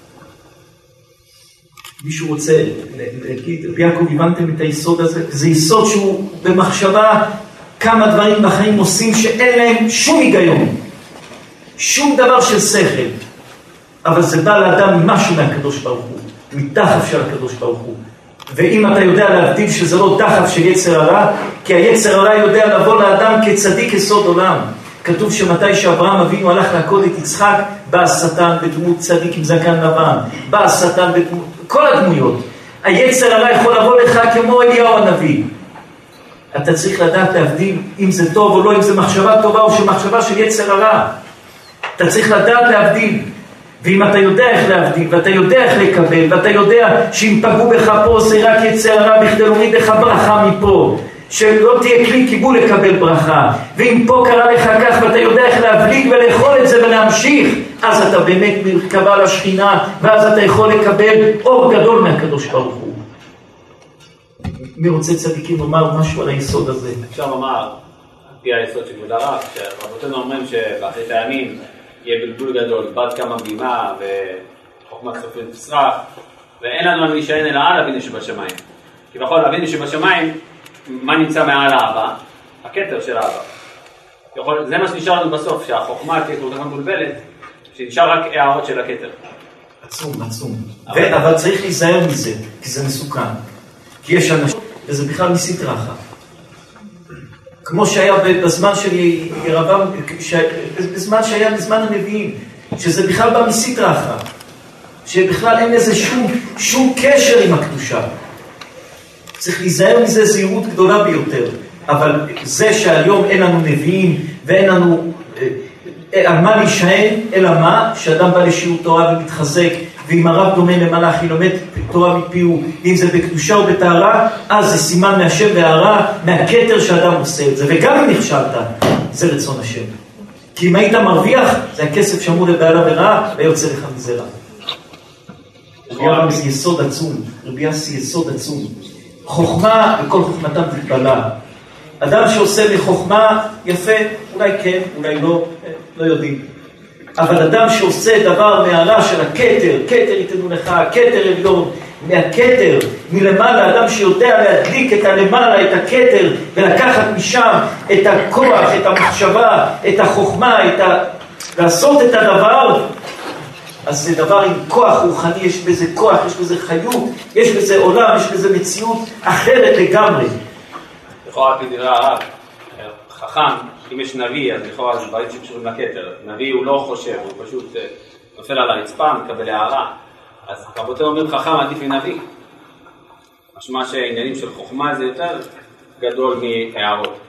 Speaker 1: מישהו רוצה להגיד, רבי יעקב, הבנתם את היסוד הזה? זה יסוד שהוא במחשבה כמה דברים בחיים עושים שאין להם שום היגיון, שום דבר של שכל, אבל זה בא לאדם משהו מהקדוש ברוך הוא, מדחף של הקדוש ברוך הוא. ואם אתה יודע להבדיל שזה לא דחף של יצר הרע, כי היצר הרע יודע לבוא לאדם כצדיק יסוד עולם. כתוב שמתי שאברהם אבינו הלך לעקוד את יצחק, בא השטן בדמות צדיק עם זקן לבן, בא השטן בדמות, כל הדמויות. היצר הרע יכול לבוא לך כמו אליהו הנביא. אתה צריך לדעת להבדיל אם זה טוב או לא, אם זה מחשבה טובה או שמחשבה של יצר הרע. אתה צריך לדעת להבדיל. ואם אתה יודע איך להבדיל, ואתה יודע איך לקבל, ואתה יודע שאם פגעו בך פה זה רק יצר הרע בכדי להוריד לך ברכה מפה, שלא תהיה כלי קיבול לקבל ברכה, ואם פה קרה לך כך ואתה יודע איך להבליג ולאכול את זה ולהמשיך, אז אתה באמת מרכבה לשכינה, ואז אתה יכול לקבל אור גדול מהקדוש ברוך הוא. מי רוצה צדיקים לומר משהו על היסוד הזה?
Speaker 2: אפשר לומר, על פי היסוד של כבוד הרב, שרבותינו אומרים שבאחרית הימים יהיה בלבול גדול, בת כמה בימה וחוכמה כסופית תסרח, ואין לנו על להישען אלא על אבינו שבשמיים. כי בכל אבינו שבשמיים, מה נמצא מעל האבא? הכתר של האבא. זה מה שנשאר לנו בסוף, שהחוכמה תהיה כל כך מבולבלת, שנשאר רק הערות של הכתר.
Speaker 1: עצום. אבל צריך להיזהר מזה, כי זה מסוכן. כי יש אנשים, וזה בכלל מסתרה אחת. כמו שהיה בזמן של ירבעם, בזמן שהיה בזמן הנביאים, שזה בכלל בא מסתרה אחת. שבכלל אין לזה שום קשר עם הקדושה. צריך להיזהר מזה זהירות גדולה ביותר. אבל זה שהיום אין לנו נביאים ואין לנו על מה להישען, אלא מה? שאדם בא לשיעור תורה ומתחזק, ואם הרב דומה למלאך, לומד תורה מפיהו, ואם זה בקדושה או בטהרה, אז זה סימן מהשם והרע, מהכתר שאדם עושה את זה. וגם אם נכשלת, זה רצון השם. כי אם היית מרוויח, זה הכסף שמור לבעלה ורעה, ויוצא לך מזה רע. רבי אברהם זה יסוד עצום, רבי יוסי יסוד עצום. חוכמה וכל חוכמתם תתבלה. אדם שעושה מחוכמה יפה, אולי כן, אולי לא, לא יודעים. אבל אדם שעושה דבר מעלה של הכתר, כתר ייתנו לך, כתר עליון, מהכתר, מלמעלה, אדם שיודע להדליק את הלמעלה, את הכתר, ולקחת משם את הכוח, את המחשבה, את החוכמה, לעשות את הדבר, אז זה דבר עם כוח רוחני, יש בזה כוח, יש בזה חיות, יש בזה עולם, יש בזה מציאות אחרת לגמרי.
Speaker 2: לכאורה רק לדברי הרב, חכם, אם יש נביא, אז לכאורה זה דברים שקשורים לכתר. נביא הוא לא חושב, הוא פשוט נופל על הרצפה, מקבל הערה. אז רבותינו אומרים חכם עדיף מנביא. משמע שהעניינים של חוכמה זה יותר גדול מהערות.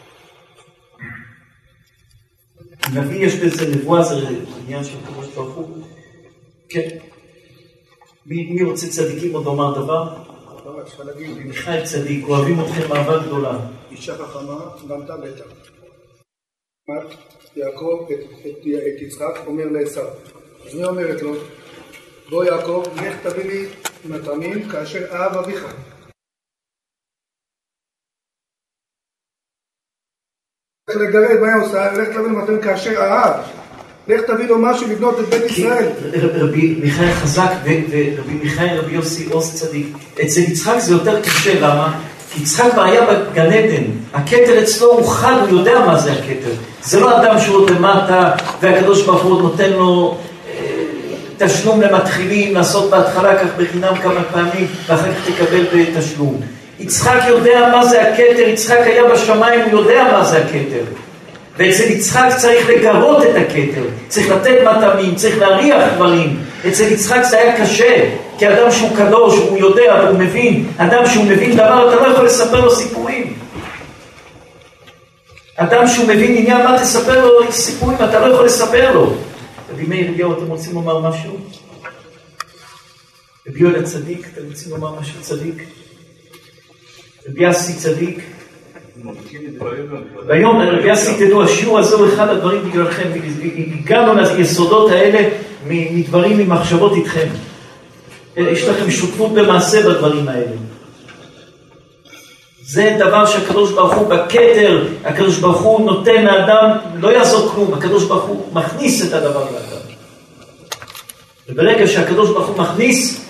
Speaker 1: נביא יש בזה נבואה, זה עניין של קדוש ברוך הוא. כן. מי רוצה צדיקים עוד לומר דבר? מיכאל צדיק, אוהבים אתכם אהבה גדולה.
Speaker 3: אישה חכמה, בנתה ביתה. יעקב את יצחק אומר לעשו. אז מי אומרת לו? בוא יעקב, לך תביא לי מתנים כאשר אהב אביך. לך לגרד, מה היא עושה? לך תביא לו מתנים כאשר אהב. לך תביא לו משהו לבנות את בית ישראל.
Speaker 1: רבי מיכאל חזק ורבי מיכאל רבי יוסי עוז צדיק. אצל יצחק זה יותר קשה, למה? כי יצחק היה בגן עדן, הכתר אצלו הוא חד, הוא יודע מה זה הכתר. זה לא אדם שהוא עוד למטה והקדוש ברוך הוא נותן לו תשלום למתחילים, לעשות בהתחלה כך בחינם כמה פעמים ואחר כך תקבל בתשלום. יצחק יודע מה זה הכתר, יצחק היה בשמיים, הוא יודע מה זה הכתר. ואצל יצחק צריך לגרות את הכתר, צריך לתת מטעמים, צריך להריח דברים. אצל יצחק זה היה קשה, כי אדם שהוא קדוש, הוא יודע והוא מבין, אדם שהוא מבין דבר, אתה לא יכול לספר לו סיפורים. אדם שהוא מבין עניין, מה תספר לו סיפורים, אתה לא יכול לספר לו. רבי מאיר אליהו, אתם רוצים לומר משהו? רבי יואל הצדיק, אתם רוצים לומר משהו צדיק? רבי יוסי צדיק? ביום רבי יוסי תדעו, השיעור הזה הוא אחד הדברים בגללכם, הגענו ליסודות האלה מדברים ממחשבות איתכם. יש לכם שותפות במעשה בדברים האלה. זה דבר שהקדוש ברוך הוא בכתר, הקדוש ברוך הוא נותן לאדם, לא יעזור כלום, הקדוש ברוך הוא מכניס את הדבר לאדם. וברגע שהקדוש ברוך הוא מכניס,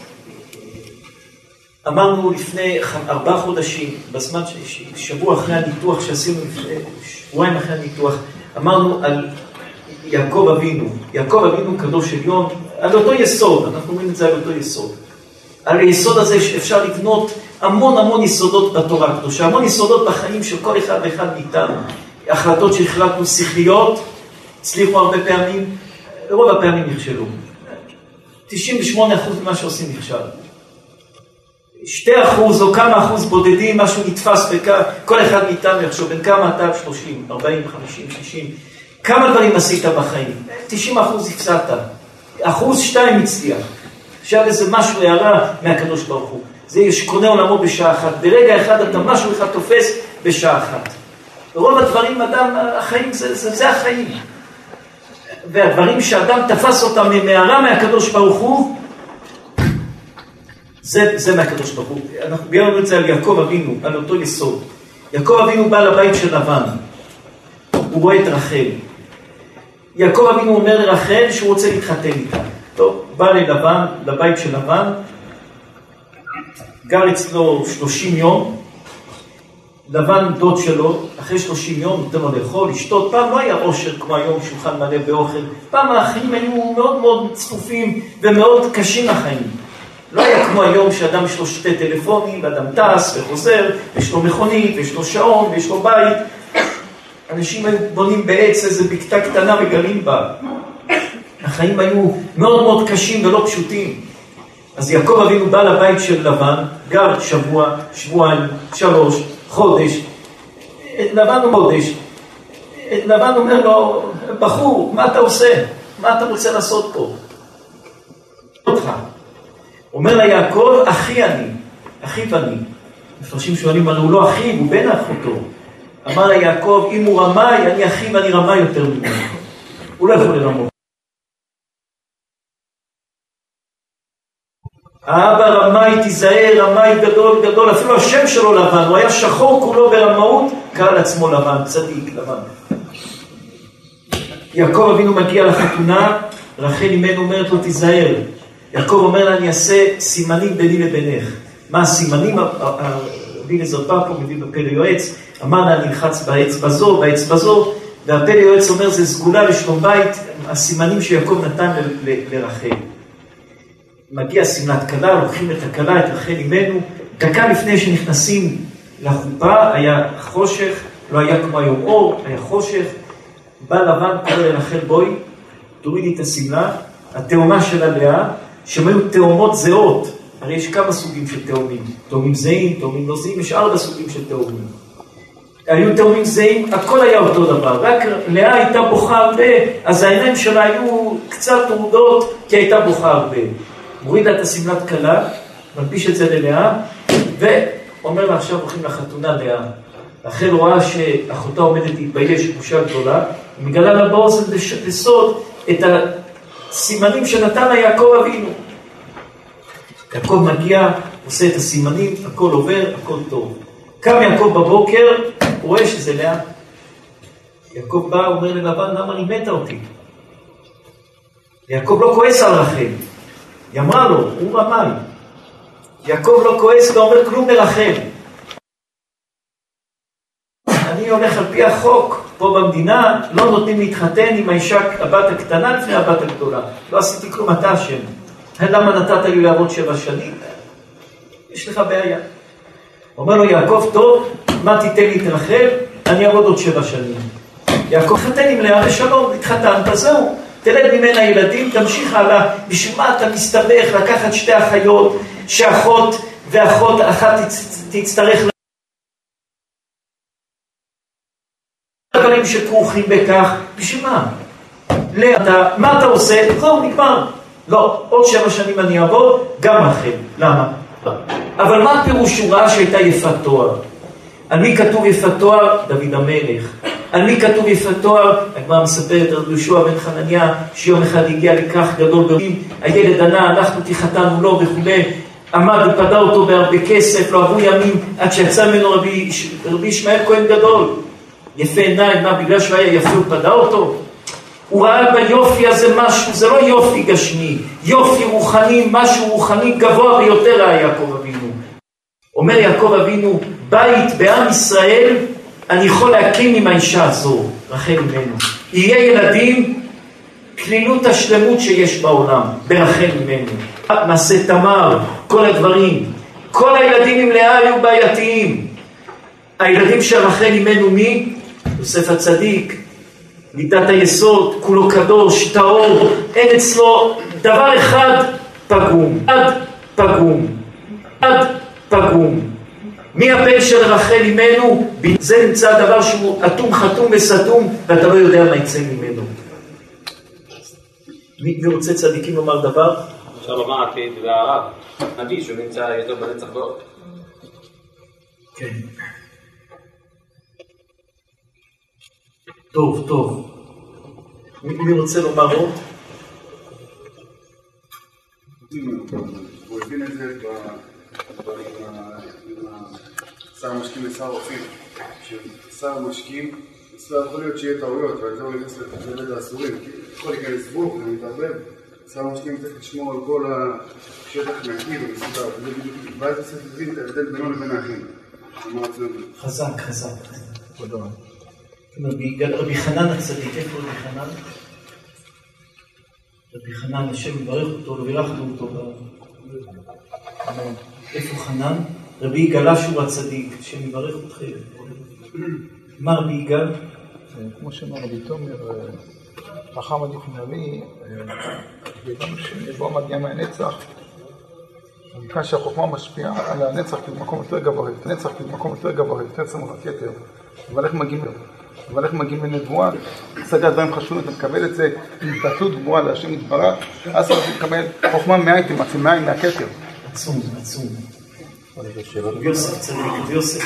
Speaker 1: אמרנו לפני 4 חודשים, בזמן שבוע אחרי הניתוח שעשינו, שבועיים אחרי הניתוח, אמרנו על יעקב אבינו. יעקב אבינו קדוש עליון, על אותו יסוד, אנחנו אומרים את זה על אותו יסוד. על היסוד הזה שאפשר לבנות המון יסודות בתורה הקדושה, המון יסודות בחיים של כל אחד ואחד מאיתנו. החלטות שהחלטנו שכליות, הצליחו הרבה פעמים, רוב הפעמים נכשלו. 98% ממה שעושים נכשל. 2% או כמה אחוז בודדים, משהו נתפס כל אחד מאיתנו יחשוב, בין כמה אתה 30, 40, 50, 60, כמה דברים עשית בחיים? 90% הפסדת, 1-2% הצליח. עכשיו איזה משהו הערה מהקדוש ברוך הוא. זה יש קונה עולמו בשעה אחת. ברגע אחד אתה משהו אחד תופס בשעה אחת. רוב הדברים, אדם, החיים, זה החיים. והדברים שאדם תפס אותם מהערה מהקדוש ברוך הוא, זה מהקדוש ברוך הוא. אנחנו ביארנו את זה על יעקב אבינו, על אותו יסוד. יעקב אבינו בא לבית של לבן. הוא רואה את רחל. יעקב אבינו אומר לרחל שהוא רוצה להתחתן איתה. טוב, בא ללבן, לבית של לבן, גר אצלו 30 יום, לבן דוד שלו, אחרי 30 יום נותן לו לאכול, לשתות. פעם לא היה עושר כמו היום, שולחן מלא באוכל. פעם החיים היו מאוד צפופים ומאוד קשים החיים. לא היה כמו היום שאדם יש לו 2 טלפונים, ואדם טס וחוזר, יש לו מכונית, ויש לו שעון, ויש לו בית. אנשים היו בונים בעץ איזו בקתה קטנה וגרים בה. החיים היו מאוד קשים ולא פשוטים. אז יעקב אבינו בא לבית של לבן, גר שבוע, שבועיים, 3, חודש. לבן הוא חודש. לבן אומר לו, בחור, מה אתה עושה? מה אתה רוצה לעשות פה? אומר לה יעקב, אחי אני, אחיו אני. מפרשים שואלים, הוא לא אחיו, הוא בן אחותו. אמר לה יעקב, אם הוא רמאי, אני אחיו, אני רמאי יותר ממנו. הוא לא יכול לרמות. האבא רמאי, תיזהר, רמאי גדול גדול, אפילו השם שלו לבן, הוא היה שחור כולו ברמאות, קרא לעצמו לבן, צדיק לבן. יעקב אבינו מגיע לחתונה, רחל אמנו אומרת לו תיזהר. יעקב אומר לה אני אעשה סימנים ביני לבינך. מה הסימנים? רבי אליעזר פאפו מביא בפלא יועץ, אמר לה נלחץ באצבע זו, באצבע זו, והפלא יועץ אומר זה סגולה לשלום בית, הסימנים שיעקב נתן לרחל. מגיע סמלת כלה, לוקחים את הכלה, את רחל אמנו, דקה לפני שנכנסים לחופה, היה חושך, לא היה כמו היום אור, היה חושך, בא לבן קורא לרחל בואי, תורידי את הסמלה, התאומה שלה לאה, שהם היו תאומות זהות, הרי יש כמה סוגים של תאומים, תאומים זהים, תאומים לא זהים, יש 4 סוגים של תאומים. היו תאומים זהים, הכל היה אותו דבר, רק לאה הייתה בוכה הרבה, אז העיניים שלה היו קצת טרודות, כי הייתה בוכה הרבה. מורידה את הסמלת כלה, מלביש את זה ללאה, ואומר לה עכשיו הולכים לחתונה לאה. רחל רואה שאחותה עומדת להתבייש, בושה גדולה, היא מגלה לה באוזן בסוד את הסימנים שנתן לה יעקב אבינו. יעקב מגיע, עושה את הסימנים, הכל עובר, הכל טוב. קם יעקב בבוקר, הוא רואה שזה לאה. יעקב בא, אומר ללבן, למה רימית אותי? יעקב לא כועס על רחל. היא אמרה לו, הוא רמאי. יעקב לא כועס, לא אומר כלום לרחל. אני הולך על פי החוק, פה במדינה, לא נותנים להתחתן עם האישה, הבת הקטנה לפני הבת הגדולה. לא עשיתי כלום, אתה אשם. למה נתת לי לעבוד 7 שנים? יש לך בעיה. אומר לו, יעקב, טוב, מה תיתן לי את רחל? אני אעבוד עוד 7 שנים. יעקב חתן עם לאה ושלום, התחתנת, זהו. תלד ממנה ילדים, תמשיך הלאה. בשביל מה אתה מסתבך לקחת 2 אחיות, שאחות ואחות אחת תצטרך דברים שכרוכים בכך, בשביל מה? מה אתה עושה? זהו, נגמר. לא, עוד 7 שנים אני אעבוד, גם רחל. למה? אבל מה הפירוש? הוא ראה שהייתה יפת תואר. על מי כתוב יפת תואר? דוד המלך. על מי כתוב יפת תואר? הגמרא מספרת על יהושע בן חנניה, שיום אחד הגיע לכך גדול גדולים, הילד ענה, אנחנו תחתנו לו וכו', עמד ופדה אותו בהרבה כסף, לא עברו ימים, עד שיצא ממנו רבי ישמעאל כהן גדול. יפה עיניים, מה, בגלל שהוא היה יפה הוא פדה אותו? הוא ראה ביופי הזה משהו, זה לא יופי גשמי, יופי רוחני, משהו רוחני גבוה ביותר ראה יעקב אבינו. אומר יעקב אבינו, בית בעם ישראל, אני יכול להקים עם האישה הזו, רחל אמנו. יהיה ילדים, כלילות השלמות שיש בעולם, ברחל אמנו. מעשה תמר, כל הדברים. כל הילדים עם לאה היו בעייתיים. הילדים של רחל אמנו מי? יוסף הצדיק, מידת היסוד, כולו קדוש, טהור, אין אצלו דבר אחד פגום, עד פגום. מי הבן של רחל אמנו? זה נמצא דבר שהוא אטום חתום וסתום, ואתה לא יודע מה יצא ממנו. מי רוצה צדיקים לומר דבר?
Speaker 2: עכשיו אמרתי, זה הרב, נביא שהוא נמצא יותר בנצח ועוד.
Speaker 1: כן. טוב. מי רוצה לומר עוד?
Speaker 4: הוא הבין את זה שר המשקים לשר אופים, ששר המשקים, יכול להיות שיהיה טעויות, ועל זה הוא נכנס לתפילת האסורים, כי יכול להיכנס סבוך ומתערבב, שר המשקים צריך לשמור על כל השטח נקי ומסודר, ואז צריך להבין את ההבדל בינו לבין האחים.
Speaker 1: חזק. רבי חנן הצדיק, איפה רבי חנן? רבי חנן, השם מברך אותו, לא בירכנו אותו. איפה חנן? רבי יגאל אשור הצדיק, השם מברך אתכם. מה רבי יגאל?
Speaker 5: כמו שאמר רבי תומר, חכם עדיף נביא, וגם שבו מגיע מהנצח, מכאן שהחוכמה משפיעה על הנצח כמקום יותר גבוה, נצח כמקום יותר גבוה, יותר סמוך הכתר, אבל איך מגיעים לנבואה, השגת דברים חשובים, אתה מקבל את זה עם התעלות גבוהה להשם יתברך, אז אתה מקבל חוכמה מהאיתם, מעין מהכתר.
Speaker 1: עצום. יוסף צדיק, ויוסף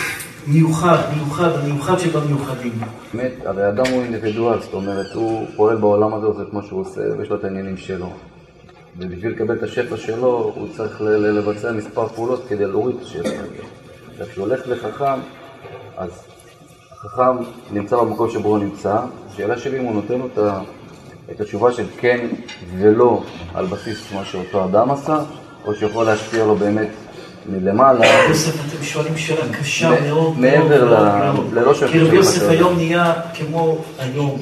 Speaker 1: מיוחד שבמיוחדים.
Speaker 6: באמת, הרי אדם הוא אינדיבידואל, זאת אומרת, הוא פועל בעולם הזה, עושה כמו שהוא עושה, ויש לו את העניינים שלו. ובשביל לקבל את השפע שלו, הוא צריך לבצע מספר פעולות כדי להוריד את השפע הזה. עכשיו, כשהוא הולך לחכם, אז החכם נמצא במקום שבו הוא נמצא. השאלה שלי אם הוא נותן לו את התשובה של כן ולא על בסיס מה שאותו אדם עשה, או שיכול להשפיע לו באמת מלמעלה.
Speaker 1: יוסף, אתם שואלים שאלה קשה מאוד.
Speaker 6: מעבר ללא שפע.
Speaker 1: כי רבי יוסף היום נהיה כמו היום,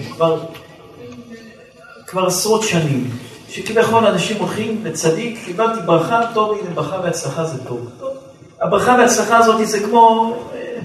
Speaker 1: כבר עשרות שנים, שכביכול אנשים הולכים לצדיק, קיבלתי ברכה, טוב, הנה ברכה והצלחה זה טוב. הברכה והצלחה הזאת זה כמו,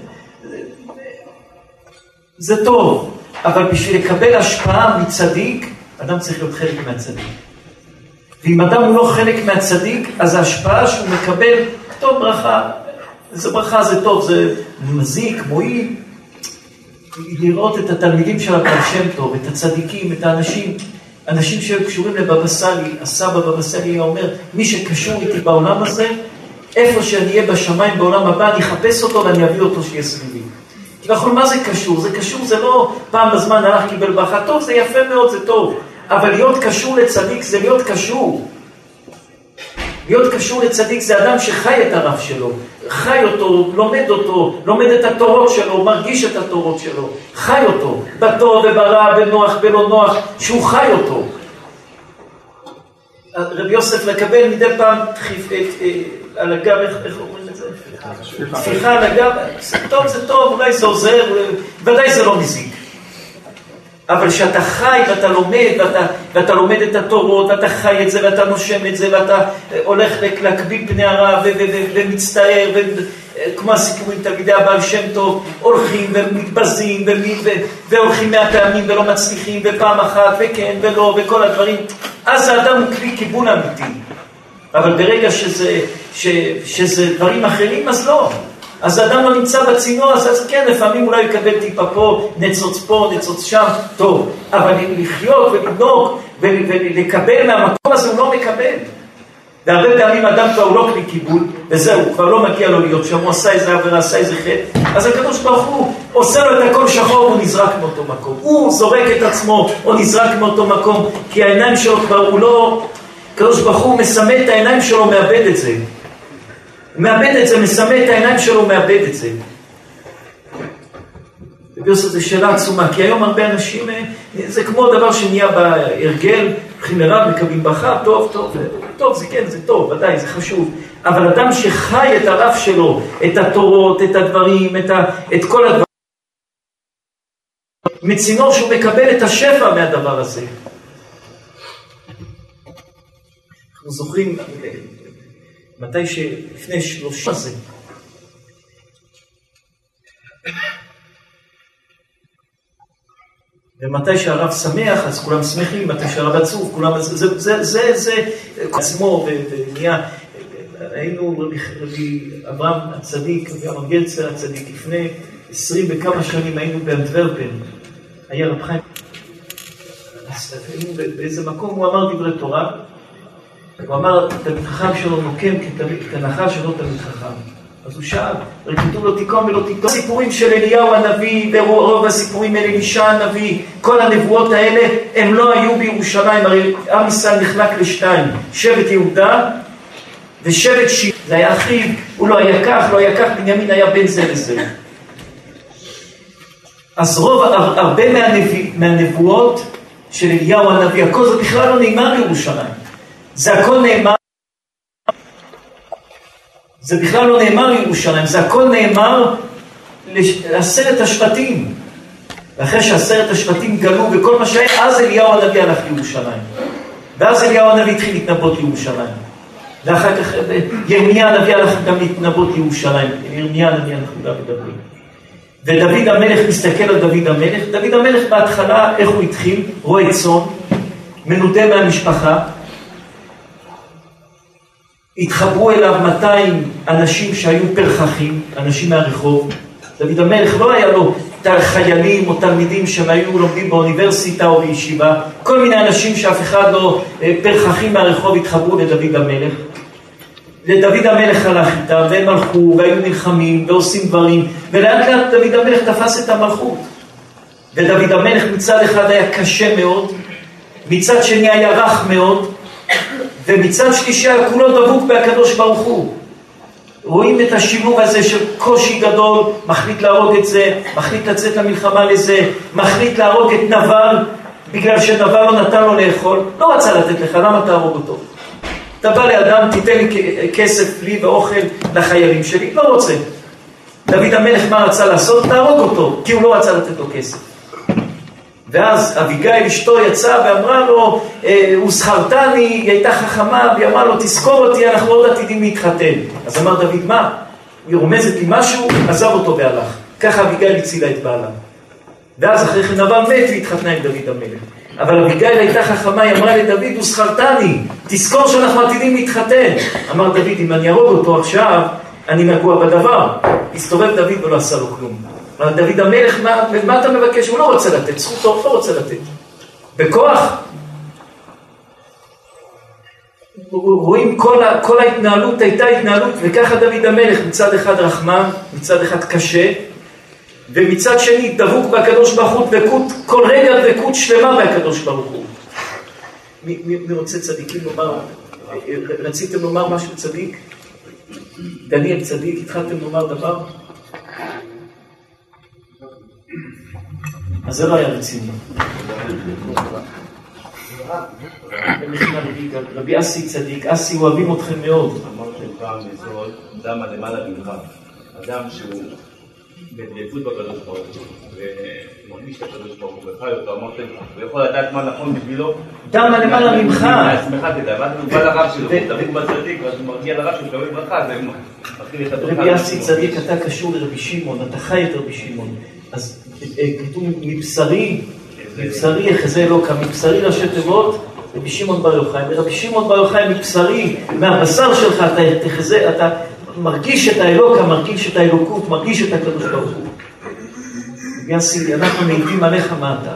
Speaker 1: זה טוב, אבל בשביל לקבל השפעה מצדיק, אדם צריך להיות חלק מהצדיק. ואם אדם הוא לא חלק מהצדיק, אז ההשפעה שהוא מקבל, טוב ברכה, זה ברכה זה טוב, זה מזיק, מועיל. לראות את התלמידים של הבעל שם טוב, את הצדיקים, את האנשים שקשורים לבבא סאלי, הסבא בבא סאלי היה אומר, מי שקשור איתי בעולם הזה, איפה שאני אהיה בשמיים בעולם הבא, אני אחפש אותו ואני אביא אותו שיהיה סביבי. כי בכל מה זה קשור? זה קשור, זה לא פעם בזמן הלך קיבל ברכה, טוב, זה יפה מאוד, זה טוב. אבל להיות קשור לצדיק זה להיות קשור. להיות קשור לצדיק זה אדם שחי את הרב שלו, חי אותו, לומד את התורות שלו, מרגיש את התורות שלו, חי אותו, בטוב וברע, בנוח, בלא נוח, שהוא חי אותו. רבי יוסף לקבל מדי פעם על הגב, איך אומרים את זה? תפיחה על הגב, זה טוב, אולי זה עוזר, ודאי זה לא מזיק. אבל שאתה חי ואתה לומד, ואתה לומד את התורות, ואתה חי את זה, ואתה נושם את זה, ואתה הולך להקביל פני הרב, ומצטער, כמו הסיפורים תלמידי הבעל שם טוב, הולכים ומתבזים, והולכים 100 פעמים ולא מצליחים, ופעם אחת, וכן ולא, וכל הדברים. אז האדם הוא כלי קיבול אמיתי. אבל ברגע שזה דברים אחרים, אז לא. אז האדם לא נמצא בצינור, אז כן, לפעמים אולי יקבל טיפה פה, נצוץ שם, טוב. אבל לחיות ולבנוק ולקבל מהמקום הזה הוא לא מקבל. והרבה פעמים אדם כבר הוא לא כלי קיבול, וזהו, כבר לא מגיע לו להיות שם, הוא עשה איזה עבירה, עשה איזה חטא. אז הקדוש ברוך הוא עושה לו את הכל שחור, הוא נזרק מאותו מקום. הוא זורק את עצמו, או נזרק מאותו מקום, כי העיניים שלו כבר הוא לא... הקדוש ברוך הוא מסמא את העיניים שלו, מאבד את זה. הוא מאבד את זה, מסמא את העיניים שלו, הוא מאבד את זה. וביוסף זה שאלה עצומה, כי היום הרבה אנשים, זה כמו דבר שנהיה בהרגל, הולכים לרב, מקבלים ברכה, טוב, זה כן, זה טוב, ודאי, זה חשוב. אבל אדם שחי את הרב שלו, את התורות, את הדברים, את כל הדברים, מצינור שהוא מקבל את השפע מהדבר הזה. אנחנו זוכרים, מתי שלפני 30 זה, ומתי שהרב שמח, אז כולם שמחים, מתי שהרב עצוב, כולם... זה עצמו, ונהיה... היינו רבי אברהם הצדיק, רבי אברהם גלצר הצדיק, לפני 20 וכמה שנים היינו באנטוורפן, היה רב חיים. אז היינו באיזה מקום, הוא אמר דברי תורה, הוא אמר, תלמיד חכם שלו נוקם כנחש שלו תלמיד חכם. אז הוא שאל, כתוב לו תיקום ולא תיקום. הסיפורים של אליהו הנביא, ורוב הסיפורים של אלישע הנביא, כל הנבואות האלה, הם לא היו בירושלים. הרי עם ישראל נחלק לשתיים, שבט יהודה ושבט שמעון. זה היה אחיו, הוא לא היה כך, בנימין היה בין זה לזה. אז הרבה מהנבואות של אליהו הנביא, הכל זה בכלל לא נאמר בירושלים. זה הכל נאמר, זה בכלל לא נאמר לירושלים, זה הכל נאמר לעשרת השבטים. ואחרי שעשרת השבטים גלו וכל מה שהיה, אז אליהו הנביא הלך לירושלים. ואז אליהו הנביא התחיל להתנבאות לירושלים. ואחר כך ירמיה הנביא הלך גם להתנבאות לירושלים. ירמיה הנביא אנחנו גם מדברים. ודוד המלך מסתכל על דוד המלך. דוד המלך בהתחלה, איך הוא התחיל? רועה צאן, מנודה מהמשפחה. התחברו אליו 200 אנשים שהיו פרחחים, אנשים מהרחוב. דוד המלך לא היה לו חיילים או תלמידים שהיו לומדים באוניברסיטה או בישיבה. כל מיני אנשים שאף אחד לא, פרחחים מהרחוב, התחברו לדוד המלך. לדוד המלך הלך איתם, והם הלכו והיו נלחמים ועושים דברים. ולאט לאט דוד המלך תפס את המלכות. ודוד המלך מצד אחד היה קשה מאוד, מצד שני היה רך מאוד, ומצד שלישי כולו דבוק בהקדוש ברוך הוא. רואים את השילוב הזה של קושי גדול, מחליט להרוג את זה, מחליט לצאת למלחמה לזה, מחליט להרוג את נבל, בגלל שנבל לא נתן לו לאכול, לא רצה לתת לך, למה תהרוג אותו? אתה בא לאדם, תיתן לי כסף לי ואוכל לחיילים שלי, לא רוצה. דוד המלך מה רצה לעשות? תהרוג אותו, כי הוא לא רצה לתת לו כסף. ואז אביגיל אשתו יצאה ואמרה לו, הוא שכרתני, היא הייתה חכמה, והיא אמרה לו, תזכור אותי, אנחנו עוד עתידים להתחתן. אז אמר דוד, מה? היא רומזת לי משהו, עזב אותו והלך. ככה אביגיל הצילה את בעלה. ואז אחרי כן נבל מת והתחתנה עם דוד המלך. אבל אביגיל הייתה חכמה, היא אמרה לדוד, הוא שכרתני, תזכור שאנחנו עתידים להתחתן. אמר דוד, אם אני ארוג אותו עכשיו, אני נגוע בדבר. הסתובב דוד ולא עשה לו כלום. אבל דוד המלך, מה אתה מבקש? הוא לא רוצה לתת, זכותו, לא רוצה לתת. בכוח. רואים כל ההתנהלות הייתה התנהלות, וככה דוד המלך מצד אחד רחמן, מצד אחד קשה, ומצד שני דבוק בהקדוש ברוך הוא, דבקות, כל רגע דבקות שלמה בהקדוש ברוך הוא. מי רוצה צדיקים לומר? רציתם לומר משהו צדיק? דניאל צדיק, התחלתם לומר דבר? אז זה לא היה רציני. רבי אסי צדיק, אסי אוהבים אתכם מאוד.
Speaker 7: אמרתם פעם לזול, דם הלמעלה ממך. אדם שהוא בדבקות בקדוש ברוך הוא, ומרגיש את הקדוש ברוך הוא, וחי אותו, אמרתם, הוא יכול לדעת מה נכון בשבילו.
Speaker 1: דם הלמעלה ממך.
Speaker 7: שמחה תדע, ואז הוא בא לרב שלו, הוא דבק בצדיק, ואז הוא מרגיע לרב שהוא מקבל ברכה, זה מתחיל את הברכה.
Speaker 1: רבי אסי צדיק, אתה קשור לרבי שמעון, אתה חי את רבי שמעון. אז כתוב מבשרי, יחזה אלוקה, מבשרי ראשי תיבות, רבי שמעון בר יוחאי. ורבי שמעון בר יוחאי מבשרי, מהבשר שלך, אתה תחזה, אתה מרגיש את האלוקה, מרגיש את האלוקות, מרגיש את הקדוש ברוך הוא. רבי אסי, אנחנו מעידים עליך מה אתה.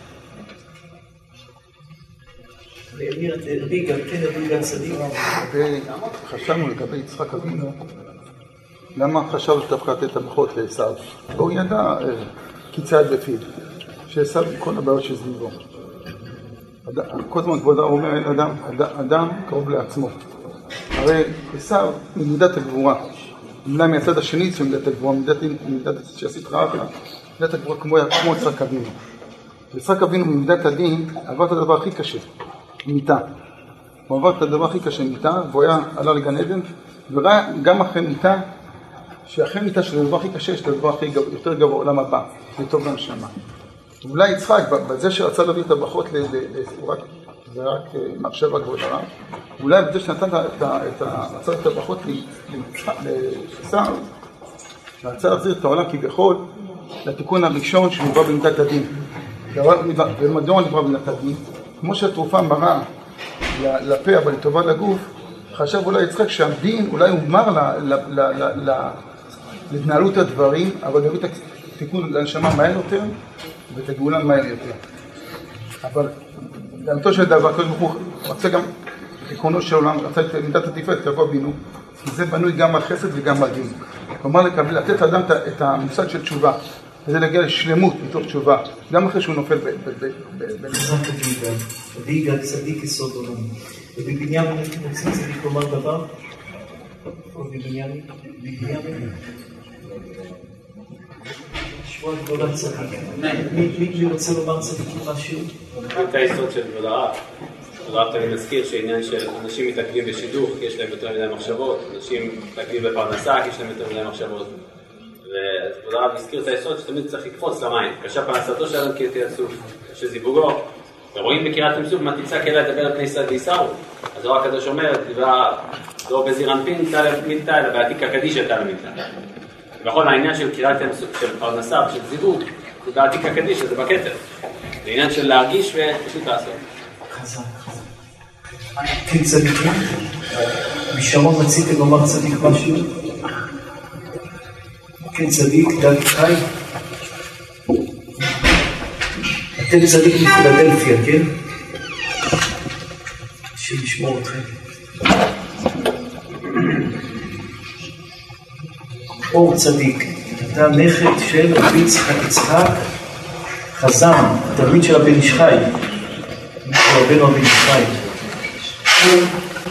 Speaker 1: רבי יגאל, כן, רבי יגאל צדיק.
Speaker 5: חשבנו לגבי יצחק אבינו, למה חשב שדווקא לתת את הברכות לעשיו? הוא ידע כיצד בפיו, שעשיו כל הבעיות שסביבו. כל הזמן כבוד אומר, אדם קרוב לעצמו. הרי עשיו ממידת הגבורה, אולי מהצד השני של מידת הגבורה, מידת שעשית רעך, מידת הגבורה כמו יצחק אבינו. יצחק אבינו ממידת הדין עבר את הדבר הכי קשה, מיתה. הוא עבר את הדבר הכי קשה, מיתה, והוא עלה לגן עדן, וראה גם אחרי מיתה, שאחרי מיתה של הדבר הכי קשה, יש לדבר הכי יותר גבוה עולם הבא, זה טוב לנשמה. אולי יצחק, בזה שרצה להביא את הברכות, זה רק מחשבה כבוד הרב, אולי בזה שנתן את הברכות לעשיו, שרצה להחזיר את העולם כביכול, לתיקון הראשון שמובא במידת הדין. ומדוע נברא במידת הדין? כמו שהתרופה מראה לפה אבל לטובה לגוף, חשב אולי יצחק שהדין אולי הוא מר להתנהלות הדברים, אבל להביא את התיקון לנשמה מהר יותר ואת הגאולה מהר יותר. אבל לאמתו של דבר, הקדוש ברוך הוא רצה גם תיקונו של עולם, רצה את מידת התפארת כבוא בינו, כי זה בנוי גם על חסד וגם על דין. כלומר לתת לאדם את המושג של תשובה, וזה להגיע לשלמות מתוך תשובה, גם אחרי שהוא נופל
Speaker 1: חזק רבי יגאל צדיק יסוד עולם. ובבנימין אתם רוצים צדיק לומר דבר? בבנימין? שבועת גדולה צדיק. מי רוצה לומר צדיק משהו?
Speaker 2: את היסוד של כבוד הרב. כבוד הרב תמיד מזכיר שעניין של אנשים מתעכבים בשידוך כי יש להם יותר מדי מחשבות, אנשים מתעכבים בפרנסה כי יש להם יותר מדי מחשבות. וכבוד הרב מזכיר את היסוד שתמיד צריך לקפוץ למים. קשה פרנסתו שלנו כי תהיה צוף, קשה זיווגו. ורואים בקריאת ים סוף, מה תצעק אליה לדבר על פני ישראל ויסערו. אז הרב הקדוש אומר, דיברה לא בזעיר אנפין מיתה, אלא בעתיקה קדישא תלא מיתה. ובכל העניין של קריאת ים סוף, של פרנסה ושל זיווג, זה בעתיקה קדישא, זה בכתר. זה עניין של להרגיש ופשוט לעשות.
Speaker 1: חזק. כן צדיקים? משרון רציתם לומר צדיק משהו? כן צדיק, דוד חי? אתם צדיק מפילדלפיה, כן? שנשמור אתכם. אור צדיק, אתה נכד של רבי יצחק חזן, תלמיד של הבן איש חי, רבנו הבן איש חי.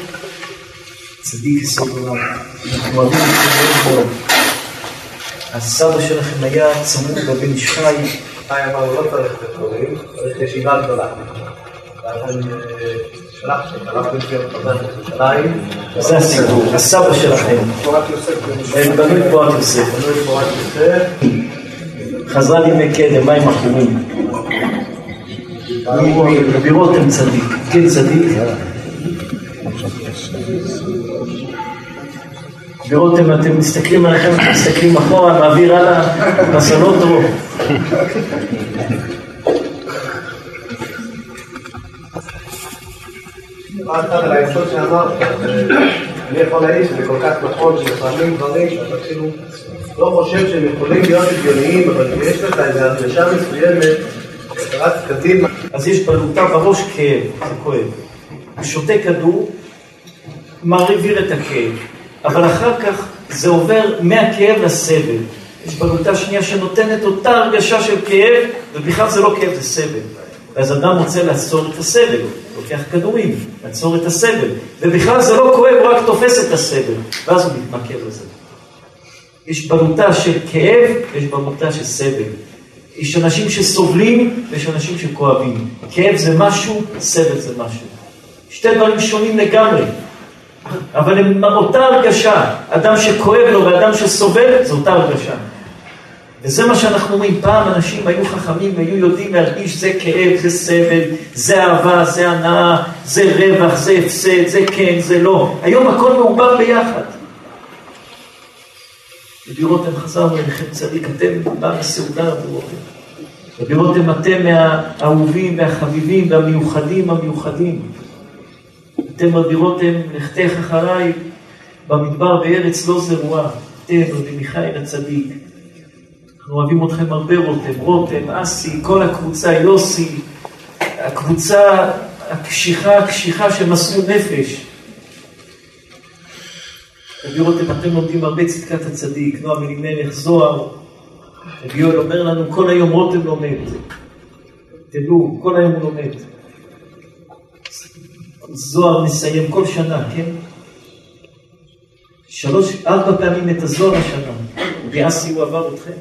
Speaker 1: צדיק יסוד עולם. אנחנו אוהבים את זה מאוד. הסבא שלכם היה צמוד בבן איש חי.
Speaker 8: אמר, לא צריך את חולים, צריך ישיבה גדולה. ואז שלחתי חזר לירושלים.
Speaker 1: זה הסיפור, הסבא שלכם. הם בנו את פורת יוסף. חזרה לימי קדם, מים אחרים. לבירות הם צדיק. כן צדיק. לבירות אתם מסתכלים עליכם, אתם מסתכלים אחורה, מעביר הלאה, מסלות רוב.
Speaker 8: רק על היסוד שאמרת, אני יכול להעיד שזה כל כך נכון שלפעמים דברים שאתה כאילו לא חושב שהם יכולים להיות הגיוניים, אבל יש לך איזו הרגשה מסוימת, אתה רץ קדימה.
Speaker 1: אז יש בלוטה בראש כאב, זה כואב. הוא שותה כדור, מעביר את הכאב, אבל אחר כך זה עובר מהכאב לסבל. יש בלוטה שנייה שנותנת אותה הרגשה של כאב, ובכלל זה לא כאב, זה סבל. אז אדם רוצה לעצור את הסבל, לוקח כדורים, לעצור את הסבל, ובכלל זה לא כואב, הוא רק תופס את הסבל, ואז הוא מתמקד לזה. יש בלוטה של כאב, יש בלוטה של סבל. יש אנשים שסובלים, ויש אנשים שכואבים. כאב זה משהו, סבל זה משהו. שתי דברים שונים לגמרי, אבל הם אותה הרגשה. אדם שכואב לו ואדם שסובל, זו אותה הרגשה. וזה מה שאנחנו אומרים, פעם אנשים היו חכמים והיו יודעים להרגיש זה כאב, זה סבל, זה אהבה, זה הנאה, זה רווח, זה הפסד, זה כן, זה לא. היום הכל מעובר ביחד. לבירותם חזרנו אליכם צדיק, אתם בא מסעודה לבירותם. לבירותם אתם מהאהובים והחביבים והמיוחדים המיוחדים. אתם לבירותם לכתך אחריי במדבר בארץ לא זרועה. אתם רבי מיכאל הצדיק. אנחנו אוהבים אתכם הרבה רותם, אסי, כל הקבוצה, יוסי, הקבוצה הקשיחה שמסרו נפש. רבי רותם, אתם לומדים הרבה צדקת הצדיק, נועם אלימלך, זוהר. רבי יואל אומר לנו, כל היום רותם לומד. תדעו, כל היום הוא לומד. זוהר נסיים כל שנה, כן? 3-4 פעמים את הזוהר השנה. באסי הוא עבר אתכם.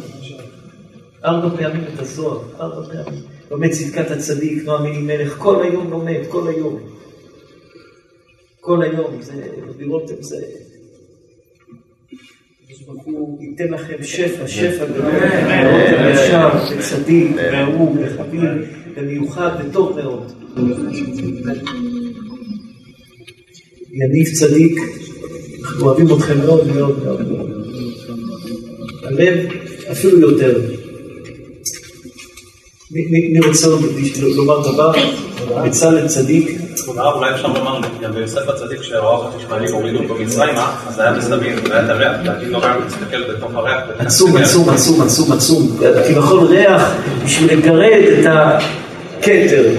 Speaker 1: 4 פעמים את הזוהר, 4 פעמים. לומד צדקת הצדיק, נועם אלימלך, כל היום לומד, כל היום. כל היום, זה, לראות את זה. הוא ייתן לכם שפע גדול, מאוד ישר, וצדיק, ואהוב, וחביב, ומיוחד, וטוב מאוד. יניב צדיק, אנחנו אוהבים אתכם מאוד מאוד מאוד. הלב אפילו יותר. מי רוצה לומר דבר? בצלאל צדיק.
Speaker 9: אולי אפשר לומר, גם ביוסף הצדיק שהרוח החשמלי הורידו אותו מצרימה, אז היה מסביב, והיה את הריח, להגיד לא גם להסתכל בתוך הריח.
Speaker 1: עצום. כביכול ריח בשביל לגרד את הכתר.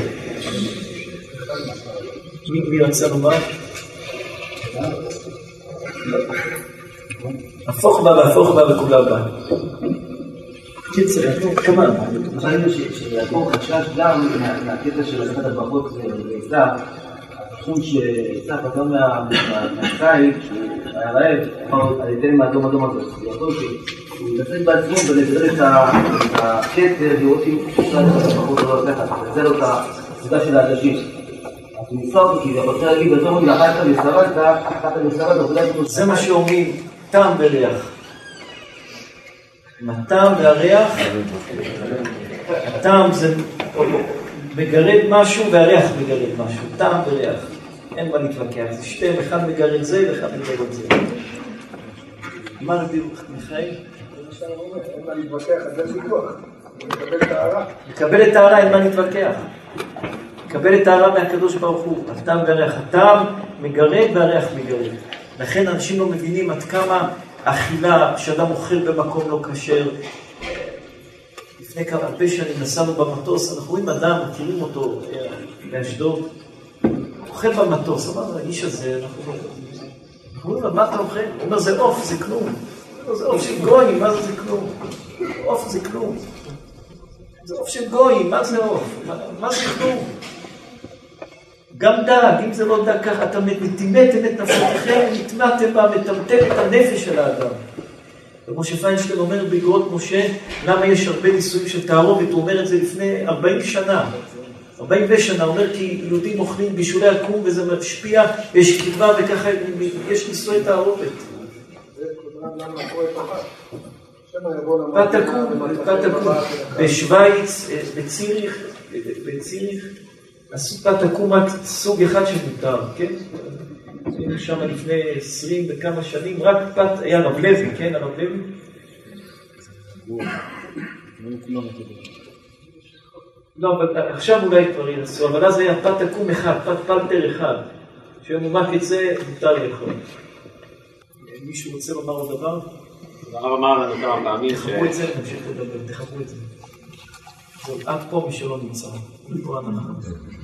Speaker 1: מי רצה לומר? הפוך בה וכולה בה. קיצר, כמה?
Speaker 10: ראינו שיעקב חשש גם מהקטע של לקחת הברכות לעשיו, התחום שעשיו אדם מהקיץ, שהוא היה רעב, אמר, אני אתן לי מהאדום הזה. יעקב שהוא יתעסק בעצמו ולגדל את הכתר, לראות אם אפשר לקחת הברכות או לא לקחת, זה לא את הסיבה של העדשים. אז הוא ניסה אותו, כי הוא רוצה להגיד, בתור מי לחצת וסרדת,
Speaker 1: זה מה שאומרים, טעם וריח. הטעם והריח, הטעם זה מגרד משהו והריח מגרד משהו, טעם וריח, אין מה להתווכח, זה שתיים, אחד מגרד זה ואחד מגרד זה. מה רבי מיכאל?
Speaker 3: אין מה להתווכח, אז זה ויכוח, לקבל את הערה.
Speaker 1: לקבל את הערה, אין מה להתווכח. לקבל את הערה מהקדוש ברוך הוא, הטעם והריח, הטעם מגרד והריח מגרד. לכן אנשים לא מבינים עד כמה אכילה, שאדם אוכל במקום לא כשר. לפני כמה הרבה שנים נסענו במטוס, אנחנו רואים אדם, מכירים אותו באשדוד, אוכל במטוס, אמרנו, האיש הזה, אנחנו אומרים לו, מה אתה אוכל? הוא אומר, זה עוף, זה כלום. זה עוף של גויים, מה זה כלום? עוף זה כלום. זה עוף של גויים, מה זה עוף? מה זה כלום? גם דג, אם זה לא דג ככה, אתה מטימאתם את נפשותיכם, נטמעתם בה, מטמטם את הנפש של האדם. ומשה פיינשטיין אומר באגרות משה, למה יש הרבה ניסויים של תערובת, הוא אומר את זה לפני 40 שנה. 40 שנה, הוא אומר כי יהודים אוכלים בישולי הקום וזה משפיע, ויש קרבה וככה יש ניסויי תערובת. פת הקום, בשוויץ, בציריך, עשו פת הקום רק סוג אחד שמותר, כן? היינו שם לפני 20 וכמה שנים, רק פת, היה רב לוי, כן, הרב לוי? לא, אבל עכשיו אולי כבר ינסו, אבל אז היה פת הקום אחד, פת פלטר אחד, שמומק את זה, מותר לאכול. מישהו רוצה לומר עוד דבר?
Speaker 2: הרב אמר לנו כמה פעמים
Speaker 1: תחברו את זה, נמשיך לדבר, תחברו את זה. זאת עד פה מי שלא נמצא, מפה אנחנו.